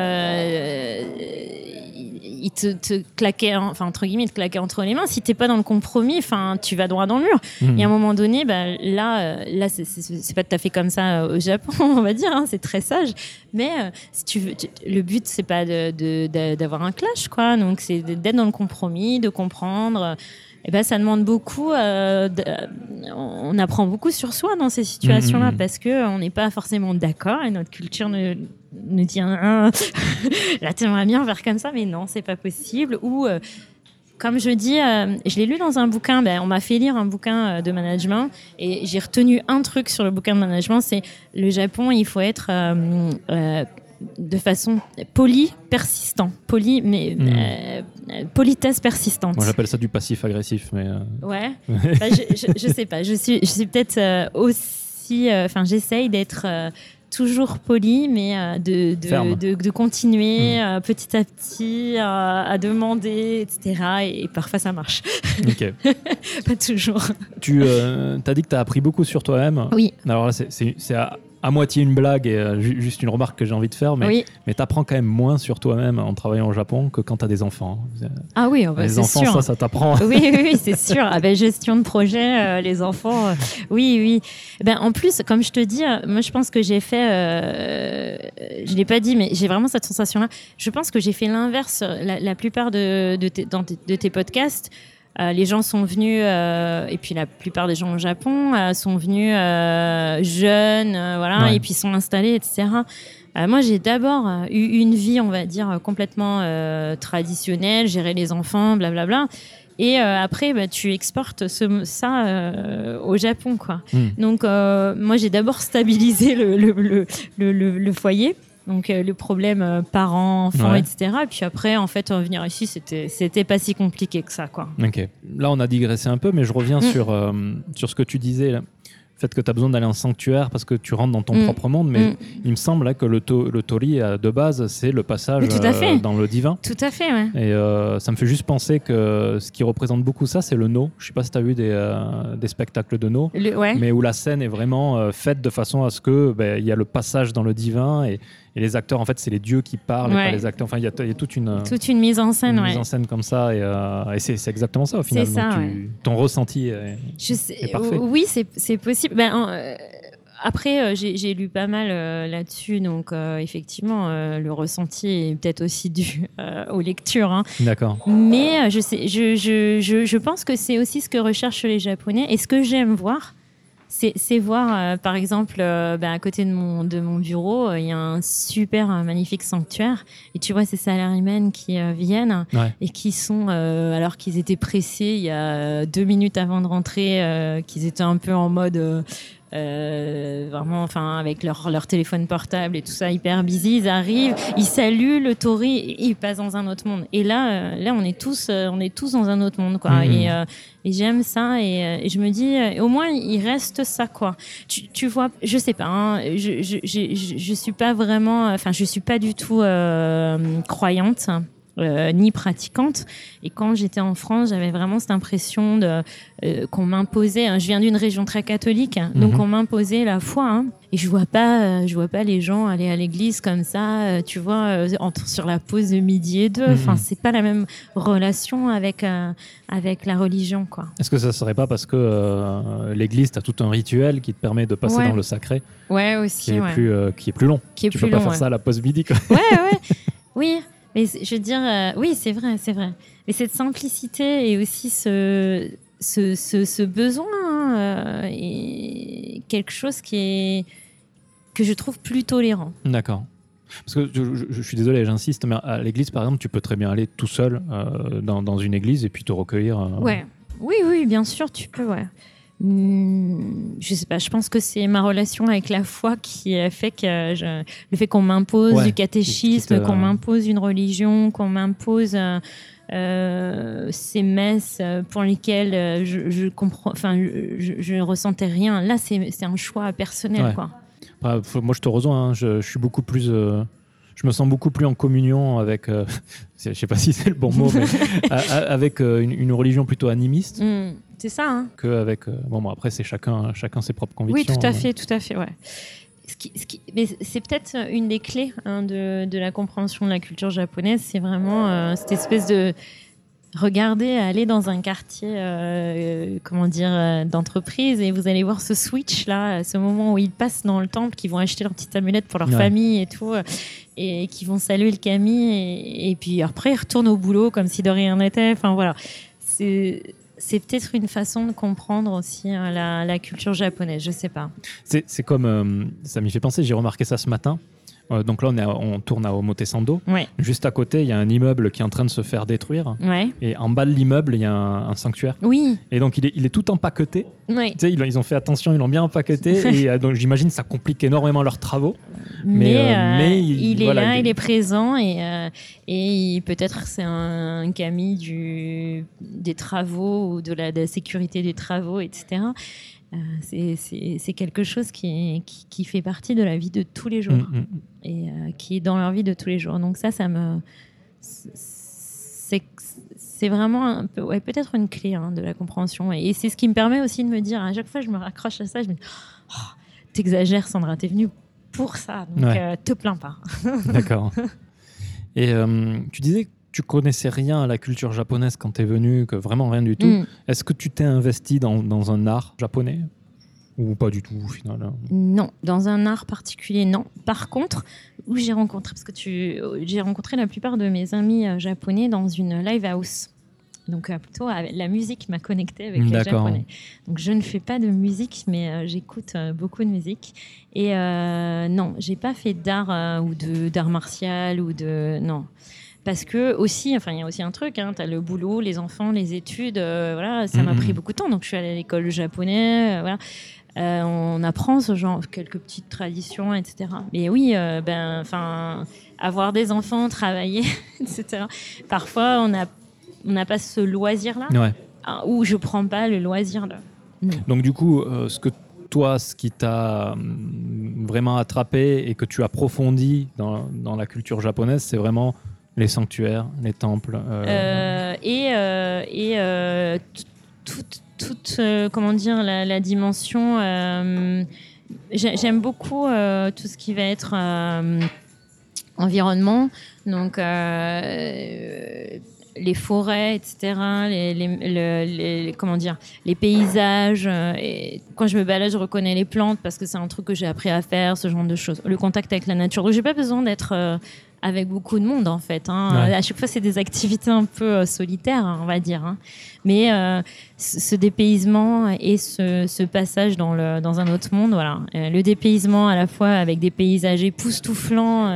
ils te claquaient, entre guillemets, ils te claquaient entre les mains. Si t'es pas dans le compromis, tu vas droit dans le mur. Et à un moment donné, là, c'est pas tout à fait comme ça au Japon, on va dire. C'est très sage. Mais si tu veux, le but c'est pas d'avoir un clash, quoi. Donc c'est d'être dans le compromis, de comprendre. Ça demande beaucoup. On apprend beaucoup sur soi dans ces situations-là parce que on n'est pas forcément d'accord et notre culture nous dit là t'aimerais bien faire comme ça, mais non, c'est pas possible. Ou comme je dis, je l'ai lu dans un bouquin. On m'a fait lire un bouquin de management et j'ai retenu un truc sur le bouquin de management, c'est le Japon. Il faut être de façon persistant, politesse persistante. Moi, j'appelle ça du passif-agressif, mais... Ouais. Je sais pas. Je suis peut-être aussi... j'essaye d'être toujours poli, mais de continuer petit à petit à demander, etc. Et parfois, ça marche. Ok. Pas toujours. Tu as dit que tu as appris beaucoup sur toi-même. Oui. Alors là, c'est à moitié une blague et juste une remarque que j'ai envie de faire, mais tu apprends quand même moins sur toi-même en travaillant au Japon que quand tu as des enfants. Ah oui, les c'est enfants, sûr. ça t'apprend. Oui, c'est sûr. Gestion de projet, les enfants, oui. En plus, comme je te dis, moi je pense que j'ai fait, je l'ai pas dit, mais j'ai vraiment cette sensation-là. Je pense que j'ai fait l'inverse la plupart de tes podcasts. Les gens sont venus, et puis la plupart des gens au Japon sont venus jeunes, et puis sont installés, etc. Moi, j'ai d'abord eu une vie, on va dire, complètement traditionnelle, gérer les enfants, blablabla. Et après, tu exportes ça au Japon, quoi. Donc, moi, j'ai d'abord stabilisé le foyer. Donc le problème parents, enfants, etc. Et puis après, en fait, venir ici, c'était pas si compliqué que ça, quoi. Ok. Là, on a digressé un peu, mais je reviens sur ce que tu disais, là. Le fait que tu as besoin d'aller en sanctuaire parce que tu rentres dans ton propre monde, mais il me semble là, que le tori, de base, c'est le passage dans le divin. Tout à fait, ouais. Et ça me fait juste penser que ce qui représente beaucoup ça, c'est le no. Je sais pas si tu as vu des spectacles de no, mais où la scène est vraiment faite de façon à ce que il y a le passage dans le divin et les acteurs, en fait, c'est les dieux qui parlent, et pas les acteurs. Enfin, il y a toute une mise en scène, mise en scène comme ça, et c'est exactement ça au final. C'est ça, donc, ton ressenti est parfait. Oui, c'est possible. Après, j'ai lu pas mal là-dessus, donc effectivement, le ressenti est peut-être aussi dû aux lectures. Hein. D'accord. Mais je pense que c'est aussi ce que recherchent les Japonais, et ce que j'aime voir. C'est voir, par exemple, à côté de mon bureau, il y a un super magnifique sanctuaire. Et tu vois ces salarymen qui viennent et qui sont, alors qu'ils étaient pressés il y a 2 minutes avant de rentrer, qu'ils étaient un peu en mode... vraiment, avec leur téléphone portable et tout ça, hyper busy, ils arrivent, ils saluent le tori et ils passent dans un autre monde. Et là on est tous dans un autre monde, quoi. Et j'aime ça, et je me dis au moins il reste ça, quoi. Tu vois, je sais pas, hein, je suis pas vraiment, je suis pas du tout croyante. Ni pratiquante, et quand j'étais en France, j'avais vraiment cette impression qu'on m'imposait, hein. Je viens d'une région très catholique, donc on m'imposait la foi, hein. Et je vois pas les gens aller à l'église comme ça, tu vois, sur la pause de midi et 2. Enfin, c'est pas la même relation avec la religion, quoi. Est-ce que ça serait pas parce que l'église, t'as tout un rituel qui te permet de passer dans le sacré, aussi, qui est plus long. Tu peux pas faire ça à la pause midi, quoi. Oui. Mais je veux dire, oui, c'est vrai. Mais cette simplicité et aussi ce besoin est quelque chose que je trouve plus tolérant. D'accord. Parce que je suis désolé, j'insiste, mais à l'église, par exemple, tu peux très bien aller tout seul dans une église et puis te recueillir. Ouais. Oui, bien sûr, tu peux, ouais. Je sais pas, je pense que c'est ma relation avec la foi qui a fait que le fait qu'on m'impose du catéchisme, qu'on m'impose une religion, qu'on m'impose ces messes pour lesquelles je comprends, enfin, je ne ressentais rien. Là, c'est un choix personnel, quoi. Moi, je te rejoins. Hein. Je suis beaucoup plus. Je me sens beaucoup plus en communion avec. Je ne sais pas si c'est le bon mot, mais avec une religion plutôt animiste. C'est ça. Hein. Qu'avec. Bon, après, c'est chacun ses propres convictions. Oui, tout à fait, ouais. Mais c'est peut-être une des clés de la compréhension de la culture japonaise. C'est vraiment cette espèce de regardez, aller dans un quartier, d'entreprise, et vous allez voir ce switch là, ce moment où ils passent dans le temple, qui vont acheter leur petite amulette pour leur famille et tout, et qui vont saluer le kami, et puis après ils retournent au boulot comme si de rien n'était. Enfin voilà, c'est peut-être une façon de comprendre aussi la culture japonaise. Je sais pas. C'est comme ça m'y fait penser. J'ai remarqué ça ce matin. Donc là, on tourne à Omotesando. Ouais. Juste à côté, il y a un immeuble qui est en train de se faire détruire. Ouais. Et en bas de l'immeuble, il y a un sanctuaire. Oui. Et donc, il est tout empaqueté. Oui. Tu sais, ils ont fait attention, ils l'ont bien empaqueté. Et donc, j'imagine que ça complique énormément leurs travaux. Mais il est là, il est présent. Et peut-être c'est un kami des travaux ou de la sécurité des travaux, etc. C'est quelque chose qui fait partie de la vie de tous les jours et qui est dans leur vie de tous les jours. Donc c'est vraiment un peu, peut-être une clé de la compréhension, et c'est ce qui me permet aussi de me dire, à chaque fois je me raccroche à ça, je me dis t'exagères Sandra, t'es venue pour ça, donc te plains pas. D'accord. Et tu disais que tu connaissais rien à la culture japonaise quand tu es venu, que vraiment rien du tout. Est-ce que tu t'es investi dans un art japonais ou pas du tout au final? Non, dans un art particulier, non. Par contre, où j'ai rencontré la plupart de mes amis japonais dans une live house. Donc plutôt la musique m'a connectée avec les Japonais. Donc je ne fais pas de musique, mais j'écoute beaucoup de musique. Et non, j'ai pas fait d'art ou d'art martial ou de non. Parce que aussi, il y a aussi un truc, tu as le boulot, les enfants, les études, ça m'a pris beaucoup de temps. Donc je suis allée à l'école japonaise, on apprend ce genre, quelques petites traditions, etc. Mais oui, avoir des enfants, travailler, etc. Parfois, on n'a pas ce loisir-là, ou je prends pas le loisir-là. Donc du coup, ce qui t'a vraiment attrapé et que tu approfondis dans la culture japonaise, c'est vraiment les sanctuaires, les temples. Toute la dimension. J'aime beaucoup tout ce qui va être environnement. Donc, les forêts, etc., les paysages. Et quand je me balade, je reconnais les plantes parce que c'est un truc que j'ai appris à faire, ce genre de choses. Le contact avec la nature. Donc, j'ai pas besoin d'être avec beaucoup de monde, en fait. À chaque fois, c'est des activités un peu solitaires, on va dire. Mais ce dépaysement et ce passage dans un autre monde, voilà. Le dépaysement à la fois avec des paysages époustouflants.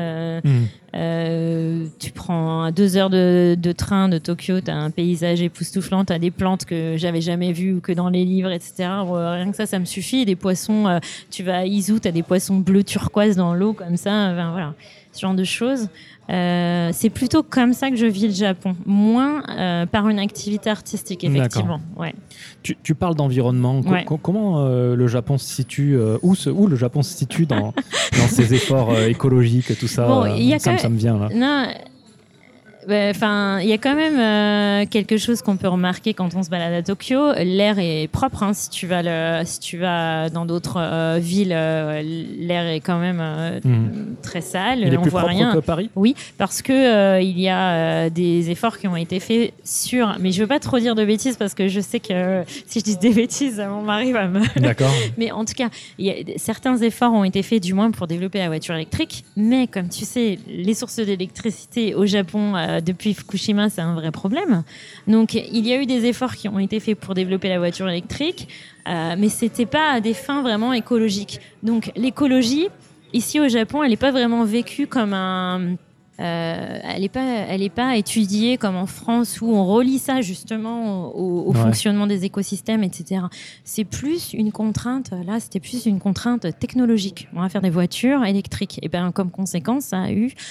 Tu prends 2 heures de train de Tokyo, tu as un paysage époustouflant, tu as des plantes que j'avais jamais vues ou que dans les livres, etc. Rien que ça me suffit. Des poissons, tu vas à Izu, tu as des poissons bleus turquoise dans l'eau, comme ça. Voilà, ce genre de choses. C'est plutôt comme ça que je vis le Japon, moins par une activité artistique, effectivement. Ouais. Tu parles d'environnement. Comment le Japon se situe, où le Japon se situe dans ses efforts écologiques, tout ça? Ça me vient là. Non, Enfin, il y a quand même quelque chose qu'on peut remarquer quand on se balade à Tokyo. L'air est propre. Si tu vas dans d'autres villes, l'air est quand même très sale. Il est on plus voit propre rien. que Paris. Oui, parce que il y a des efforts qui ont été faits sur. Mais je veux pas trop dire de bêtises parce que je sais que si je dis des bêtises, mon mari va me. D'accord. Mais en tout cas, certains efforts ont été faits, du moins pour développer la voiture électrique. Mais comme tu sais, les sources d'électricité au Japon depuis Fukushima, c'est un vrai problème. Donc, il y a eu des efforts qui ont été faits pour développer la voiture électrique, mais c'était pas à des fins vraiment écologiques. Donc, l'écologie, ici au Japon, elle n'est pas vraiment vécue comme elle est pas étudiée comme en France où on relie ça justement au fonctionnement des écosystèmes, etc. C'est plus une contrainte. Là, c'était plus une contrainte technologique. On va faire des voitures électriques. Et ben, comme conséquence, ça a eu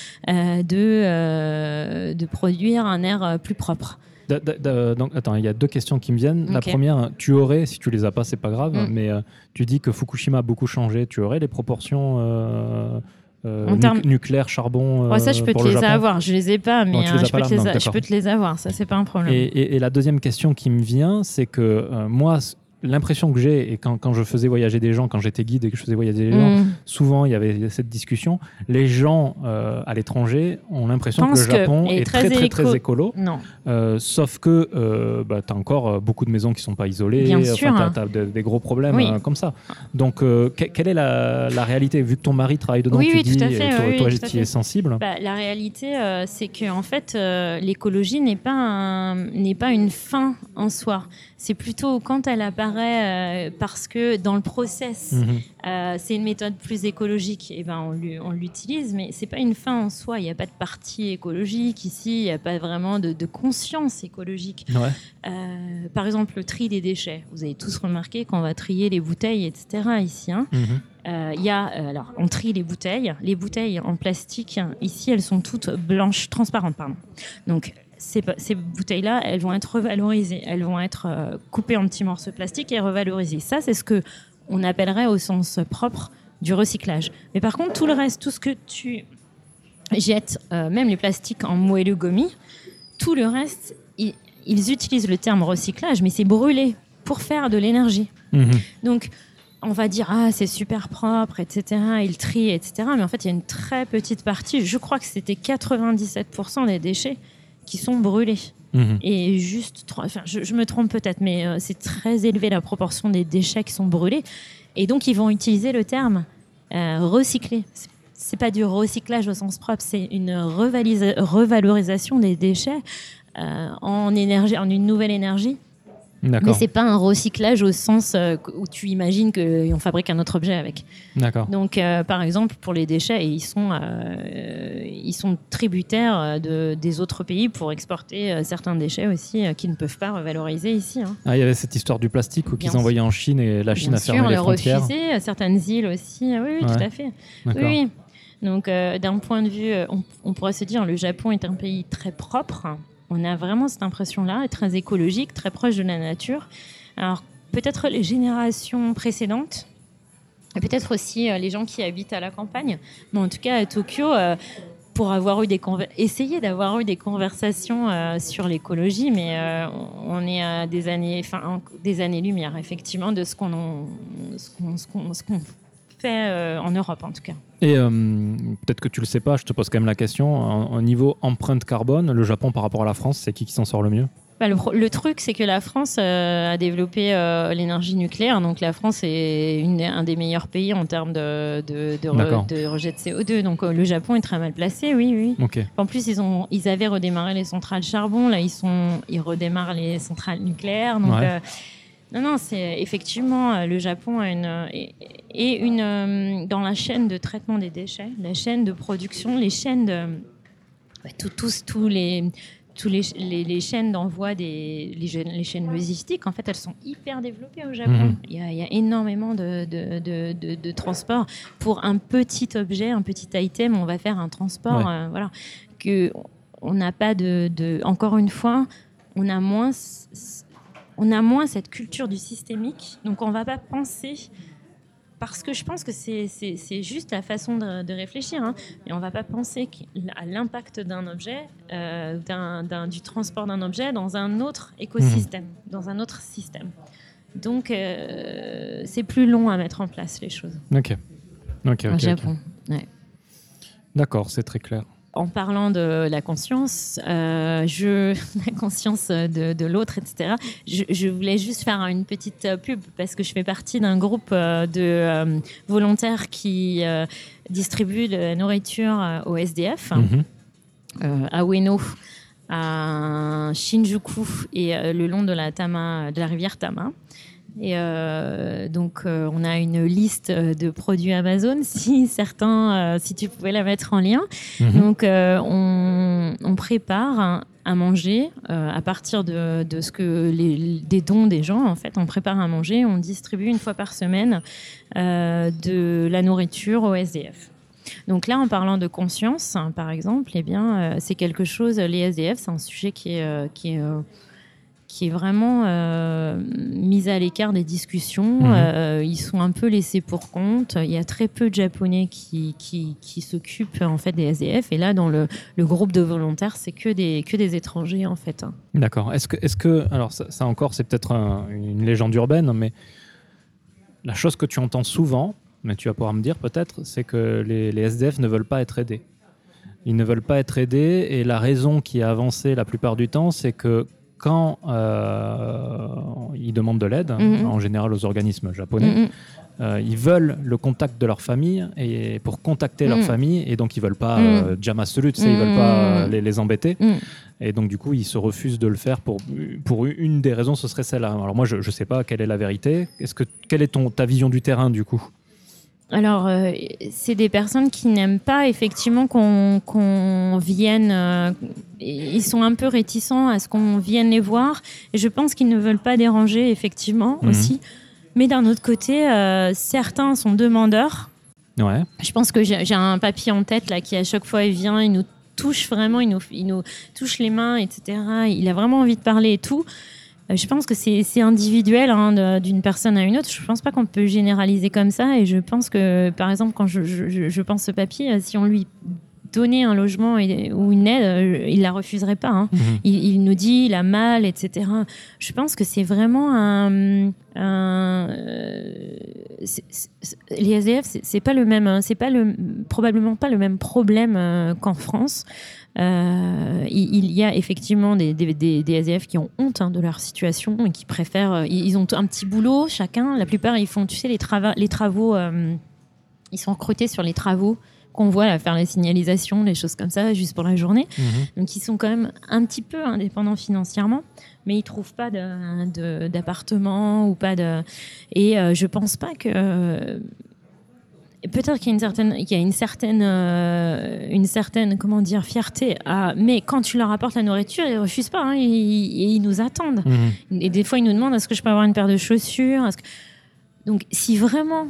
de produire un air plus propre. Donc, attends, il y a 2 questions qui me viennent. Okay. La première, tu aurais, si tu les as pas, c'est pas grave, mais tu dis que Fukushima a beaucoup changé. Tu aurais les proportions nucléaire, charbon ça, je peux te les avoir. Je les ai pas, mais je peux te les avoir. Ça, c'est pas un problème. Et la deuxième question qui me vient, c'est que moi, l'impression que j'ai, et quand je faisais voyager des gens, quand j'étais guide et que je faisais voyager des gens, souvent il y avait cette discussion. Les gens à l'étranger ont l'impression que le Japon est très écolo. Non. Sauf que tu as encore beaucoup de maisons qui ne sont pas isolées. Bien sûr. Tu as des gros problèmes comme ça. Donc, quelle est la réalité? Vu que ton mari travaille dedans, tu dis, toi tu y es sensible. La réalité, c'est qu'en fait, l'écologie n'est pas une fin en soi. C'est plutôt quand elle apparaît parce que dans le process, c'est une méthode plus écologique, et ben on l'utilise, mais c'est pas une fin en soi. Il n'y a pas de parti écologique ici, il n'y a pas vraiment de conscience écologique. Ouais. Par exemple, le tri des déchets. Vous avez tous remarqué qu'on va trier les bouteilles, etc. ici. Alors, on trie les bouteilles. Les bouteilles en plastique, ici, elles sont toutes blanches, transparentes, pardon. Donc, ces bouteilles-là, elles vont être revalorisées. Elles vont être coupées en petits morceaux de plastique et revalorisées. Ça, c'est ce qu'on appellerait au sens propre du recyclage. Mais par contre, tout le reste, tout ce que tu jettes, même les plastiques en moelleux gommi, tout le reste, ils utilisent le terme recyclage, mais c'est brûlé pour faire de l'énergie. Donc, on va dire, c'est super propre, etc., ils trient, etc. Mais en fait, il y a une très petite partie, je crois que c'était 97% des déchets qui sont brûlés. Et juste, je me trompe peut-être, mais c'est très élevé la proportion des déchets qui sont brûlés. Et donc, ils vont utiliser le terme recycler. C'est pas du recyclage au sens propre, c'est une revalorisation des déchets en énergie, en une nouvelle énergie. D'accord. Mais c'est pas un recyclage au sens où tu imagines qu'on fabrique un autre objet avec. D'accord. Donc, par exemple, pour les déchets, ils sont tributaires des autres pays pour exporter certains déchets aussi qu'ils ne peuvent pas revaloriser ici. Il y avait cette histoire du plastique qu'ils envoyaient en Chine et la Chine a fermé les frontières. Bien sûr, refusé. Certaines îles aussi. Oui, tout à fait. Oui. Donc, d'un point de vue, on pourrait se dire le Japon est un pays très propre. On a vraiment cette impression-là, très écologique, très proche de la nature. Alors, peut-être les générations précédentes, et peut-être aussi les gens qui habitent à la campagne, mais en tout cas à Tokyo, pour avoir eu essayer d'avoir eu des conversations sur l'écologie, mais on est à des années-lumière, effectivement, de ce qu'on fait en Europe, en tout cas. Et peut-être que tu le sais pas, je te pose quand même la question. Au niveau empreinte carbone, le Japon par rapport à la France, c'est qui s'en sort le mieux? Le truc, c'est que la France a développé l'énergie nucléaire. Donc la France est un des meilleurs pays en termes de rejet de CO2. Donc le Japon est très mal placé, oui. Okay. En plus, ils avaient redémarré les centrales charbon. Là, ils redémarrent les centrales nucléaires. Donc, non, c'est effectivement le Japon a dans la chaîne de traitement des déchets, la chaîne de production, les chaînes de les chaînes d'envoi les chaînes logistiques, en fait, elles sont hyper développées au Japon. Il y a énormément de transport pour un petit objet, un petit item. On va faire un transport, que on n'a pas encore une fois, on a moins cette culture du systémique, donc on ne va pas penser parce que je pense que c'est juste la façon de réfléchir. Hein. Et on ne va pas penser à l'impact d'un objet, du transport d'un objet dans un autre écosystème, dans un autre système. Donc, c'est plus long à mettre en place, les choses. Ok. Au Japon. Ouais. D'accord, c'est très clair. En parlant de la conscience, la conscience de l'autre, etc., je voulais juste faire une petite pub parce que je fais partie d'un groupe de volontaires qui distribuent de la nourriture aux SDF à Ueno, à Shinjuku et le long de la rivière Tama. Et donc, on a une liste de produits Amazon, si tu pouvais la mettre en lien. Donc, on prépare à manger à partir de ce que des dons des gens. En fait, on prépare à manger, on distribue une fois par semaine de la nourriture aux SDF. Donc là, en parlant de conscience, hein, par exemple, eh bien, c'est quelque chose. Les SDF, c'est un sujet qui est vraiment mise à l'écart des discussions. Ils sont un peu laissés pour compte. Il y a très peu de Japonais qui s'occupent en fait des SDF. Et là, dans le groupe de volontaires, c'est que des étrangers en fait. D'accord. Est-ce que alors ça encore, c'est peut-être une légende urbaine, mais la chose que tu entends souvent, mais tu vas pouvoir me dire peut-être, c'est que les SDF ne veulent pas être aidés. Ils ne veulent pas être aidés, et la raison qui est avancée la plupart du temps, c'est que quand ils demandent de l'aide, en général aux organismes japonais, ils veulent le contact de leur famille et pour contacter leur famille, et donc ils veulent pas jamasuru, ils veulent pas les embêter, et donc du coup ils se refusent de le faire pour une des raisons, ce serait celle-là. Alors moi je sais pas quelle est la vérité. Quelle est ta vision du terrain du coup? Alors, c'est des personnes qui n'aiment pas effectivement qu'on vienne. Ils sont un peu réticents à ce qu'on vienne les voir. Et je pense qu'ils ne veulent pas déranger, effectivement, aussi. Mais d'un autre côté, certains sont demandeurs. Ouais. Je pense que j'ai un papy en tête là, qui, à chaque fois, il vient, il nous touche vraiment, il nous touche les mains, etc. Il a vraiment envie de parler et tout. Je pense que c'est individuel hein, d'une personne à une autre. Je ne pense pas qu'on peut généraliser comme ça. Et je pense que, par exemple, quand je pense ce papier, si on lui donnait un logement ou une aide, il ne la refuserait pas. Hein. Il nous dit il a mal, etc. Je pense que c'est vraiment les SDF, c'est pas le même, c'est probablement pas le même problème qu'en France. Il y a effectivement des SDF qui ont honte de leur situation et qui préfèrent. Ils ont un petit boulot chacun. La plupart, ils font, tu sais, les travaux. Ils sont recrutés sur les travaux qu'on voit là, faire la signalisation, les choses comme ça, juste pour la journée. Donc, ils sont quand même un petit peu indépendants financièrement, mais ils trouvent pas d'appartement ou pas de. Et je pense pas que. Peut-être qu'il y a une certaine comment dire, fierté. Mais quand tu leur apportes la nourriture, ils ne refusent pas. Hein, ils nous attendent. Et des fois, ils nous demandent est-ce que je peux avoir une paire de chaussures. Donc, si vraiment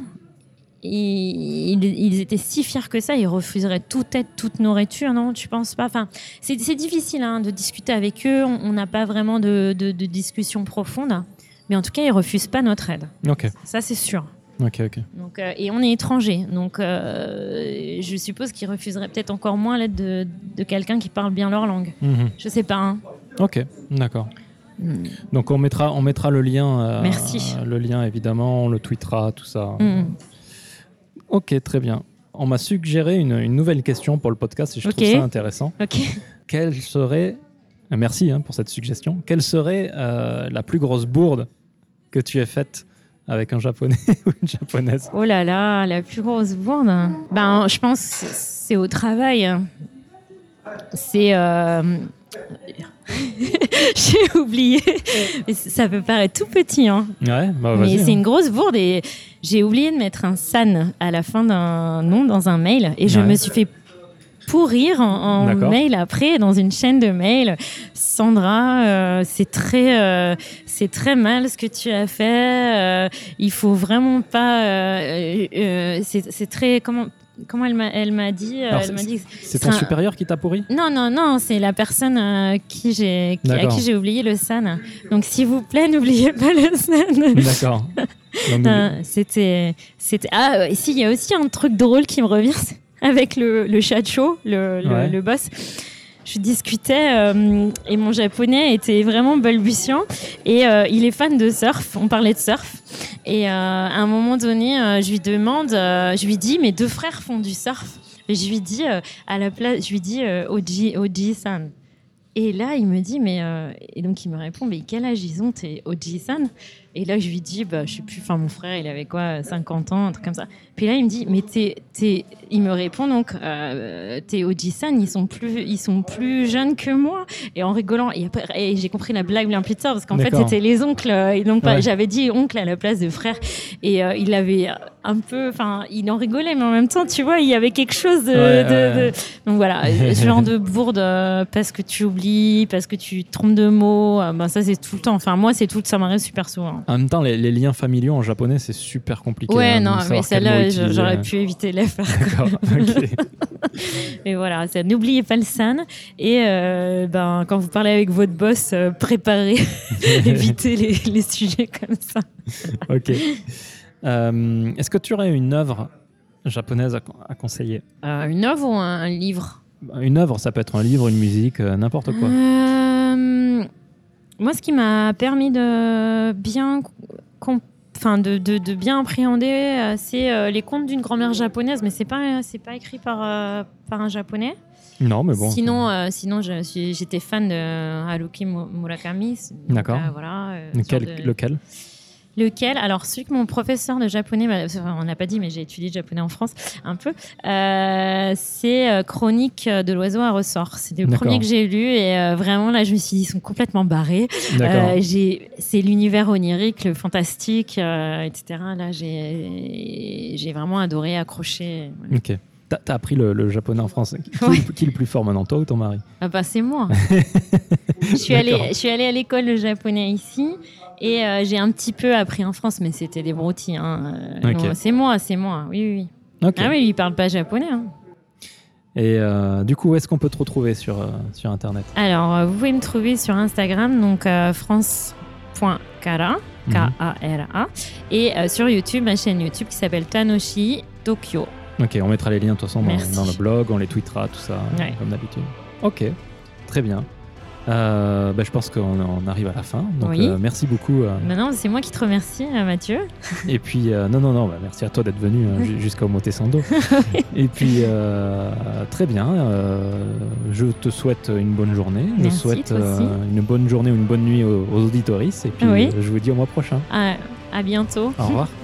ils étaient si fiers que ça, ils refuseraient toute nourriture, non? Tu penses pas? Enfin, c'est difficile hein, de discuter avec eux. On n'a pas vraiment de discussion profonde. Mais en tout cas, ils refusent pas notre aide. Okay. Ça, c'est sûr. Ok. Donc, et on est étranger, donc je suppose qu'ils refuseraient peut-être encore moins l'aide de quelqu'un qui parle bien leur langue. Je sais pas. Hein. Ok, d'accord. Donc on mettra le lien. Merci. Le lien évidemment, on le tweetera, tout ça. Ok, très bien. On m'a suggéré une nouvelle question pour le podcast et je trouve ça intéressant. Ok. Quelle serait, merci pour cette suggestion. Quelle serait la plus grosse bourde que tu aies faite avec un Japonais ou une Japonaise? Oh là là, la plus grosse bourde. Je pense que c'est au travail. C'est... J'ai oublié. Ça peut paraître tout petit. Hein. Ouais, mais c'est une grosse bourde et j'ai oublié de mettre un san à la fin d'un nom dans un mail. Et je me suis fait pourrir en mail après, dans une chaîne de mails. Sandra, c'est très mal ce que tu as fait. Il faut vraiment pas... c'est très... Comment elle m'a dit, alors, elle m'a dit c'est ton supérieur qui t'a pourri? Non, c'est la personne à qui j'ai oublié le san. Donc s'il vous plaît, n'oubliez pas le san. D'accord. C'était. Ah, si, il y a aussi un truc drôle qui me revient avec le Chacho, le boss. Je discutais et mon japonais était vraiment balbutiant et il est fan de surf. On parlait de surf et à un moment donné, je lui dis mes 2 frères font du surf. Et je lui dis à la place, je lui dis Oji-san. Et là, il me dit et donc il me répond mais quel âge ils ont tes Oji-san? Et là, je lui dis je sais plus. Enfin, mon frère, il avait quoi, 50 ans, un truc comme ça. Puis là, il me dit mais il me répond donc tes Oji-san, ils sont plus jeunes que moi. Et en rigolant, et j'ai compris la blague bien plus tard parce qu'en fait, c'était les oncles. Et donc j'avais dit oncle à la place de frère. Et il avait un peu, enfin, il en rigolait, mais en même temps, tu vois, il y avait quelque chose de... Donc voilà, ce genre de bourde parce que tu oublies, parce que tu te trompes de mots, ça c'est tout le temps. Enfin, moi, ça m'arrive super souvent. En même temps, les liens familiaux en japonais, c'est super compliqué. Ouais, non, mais celle-là, j'aurais pu éviter de la faire. D'accord, ok. Mais voilà, n'oubliez pas le san. Et quand vous parlez avec votre boss, préparez, évitez les sujets comme ça. Ok. Est-ce que tu aurais une œuvre japonaise à conseiller? Une œuvre ou un livre? Une œuvre, ça peut être un livre, une musique, n'importe quoi. Moi, ce qui m'a permis de bien bien appréhender, c'est les contes d'une grand-mère japonaise, mais c'est pas écrit par un japonais. Non, mais bon. Sinon, j'étais fan de Haruki Murakami. D'accord. Voilà. Lequel? Alors, celui que mon professeur de japonais, on n'a pas dit, mais j'ai étudié le japonais en France un peu, c'est Chronique de l'oiseau à ressort. C'était le premier que j'ai lu et vraiment, là, je me suis dit, ils sont complètement barrés. C'est l'univers onirique, le fantastique, etc. Là, j'ai vraiment adoré, accroché. Ok. T'as appris le japonais en France. Qui est le plus fort maintenant, toi ou ton mari? C'est moi. Je suis allée à l'école de japonais ici et j'ai un petit peu appris en France, mais c'était des broutilles. Okay. Non, c'est moi. Oui. Okay. Ah oui, il parle pas japonais. Et du coup, où est-ce qu'on peut te retrouver sur Internet? Alors, vous pouvez me trouver sur Instagram, donc france.kara, K-A-R-A, et sur YouTube, ma chaîne YouTube qui s'appelle Tanoshi Tokyo. Ok, on mettra les liens de toute façon dans le blog, on les tweetera, tout ça, comme d'habitude. Ok, très bien. Je pense qu'on arrive à la fin, donc merci beaucoup. Non, c'est moi qui te remercie, Mathieu. Et puis, merci à toi d'être venu jusqu'à Omotesando. Et puis, très bien, je te souhaite une bonne journée. Merci, je souhaite une bonne journée ou une bonne nuit aux auditoristes. Et puis, je vous dis au mois prochain. À bientôt. Au revoir.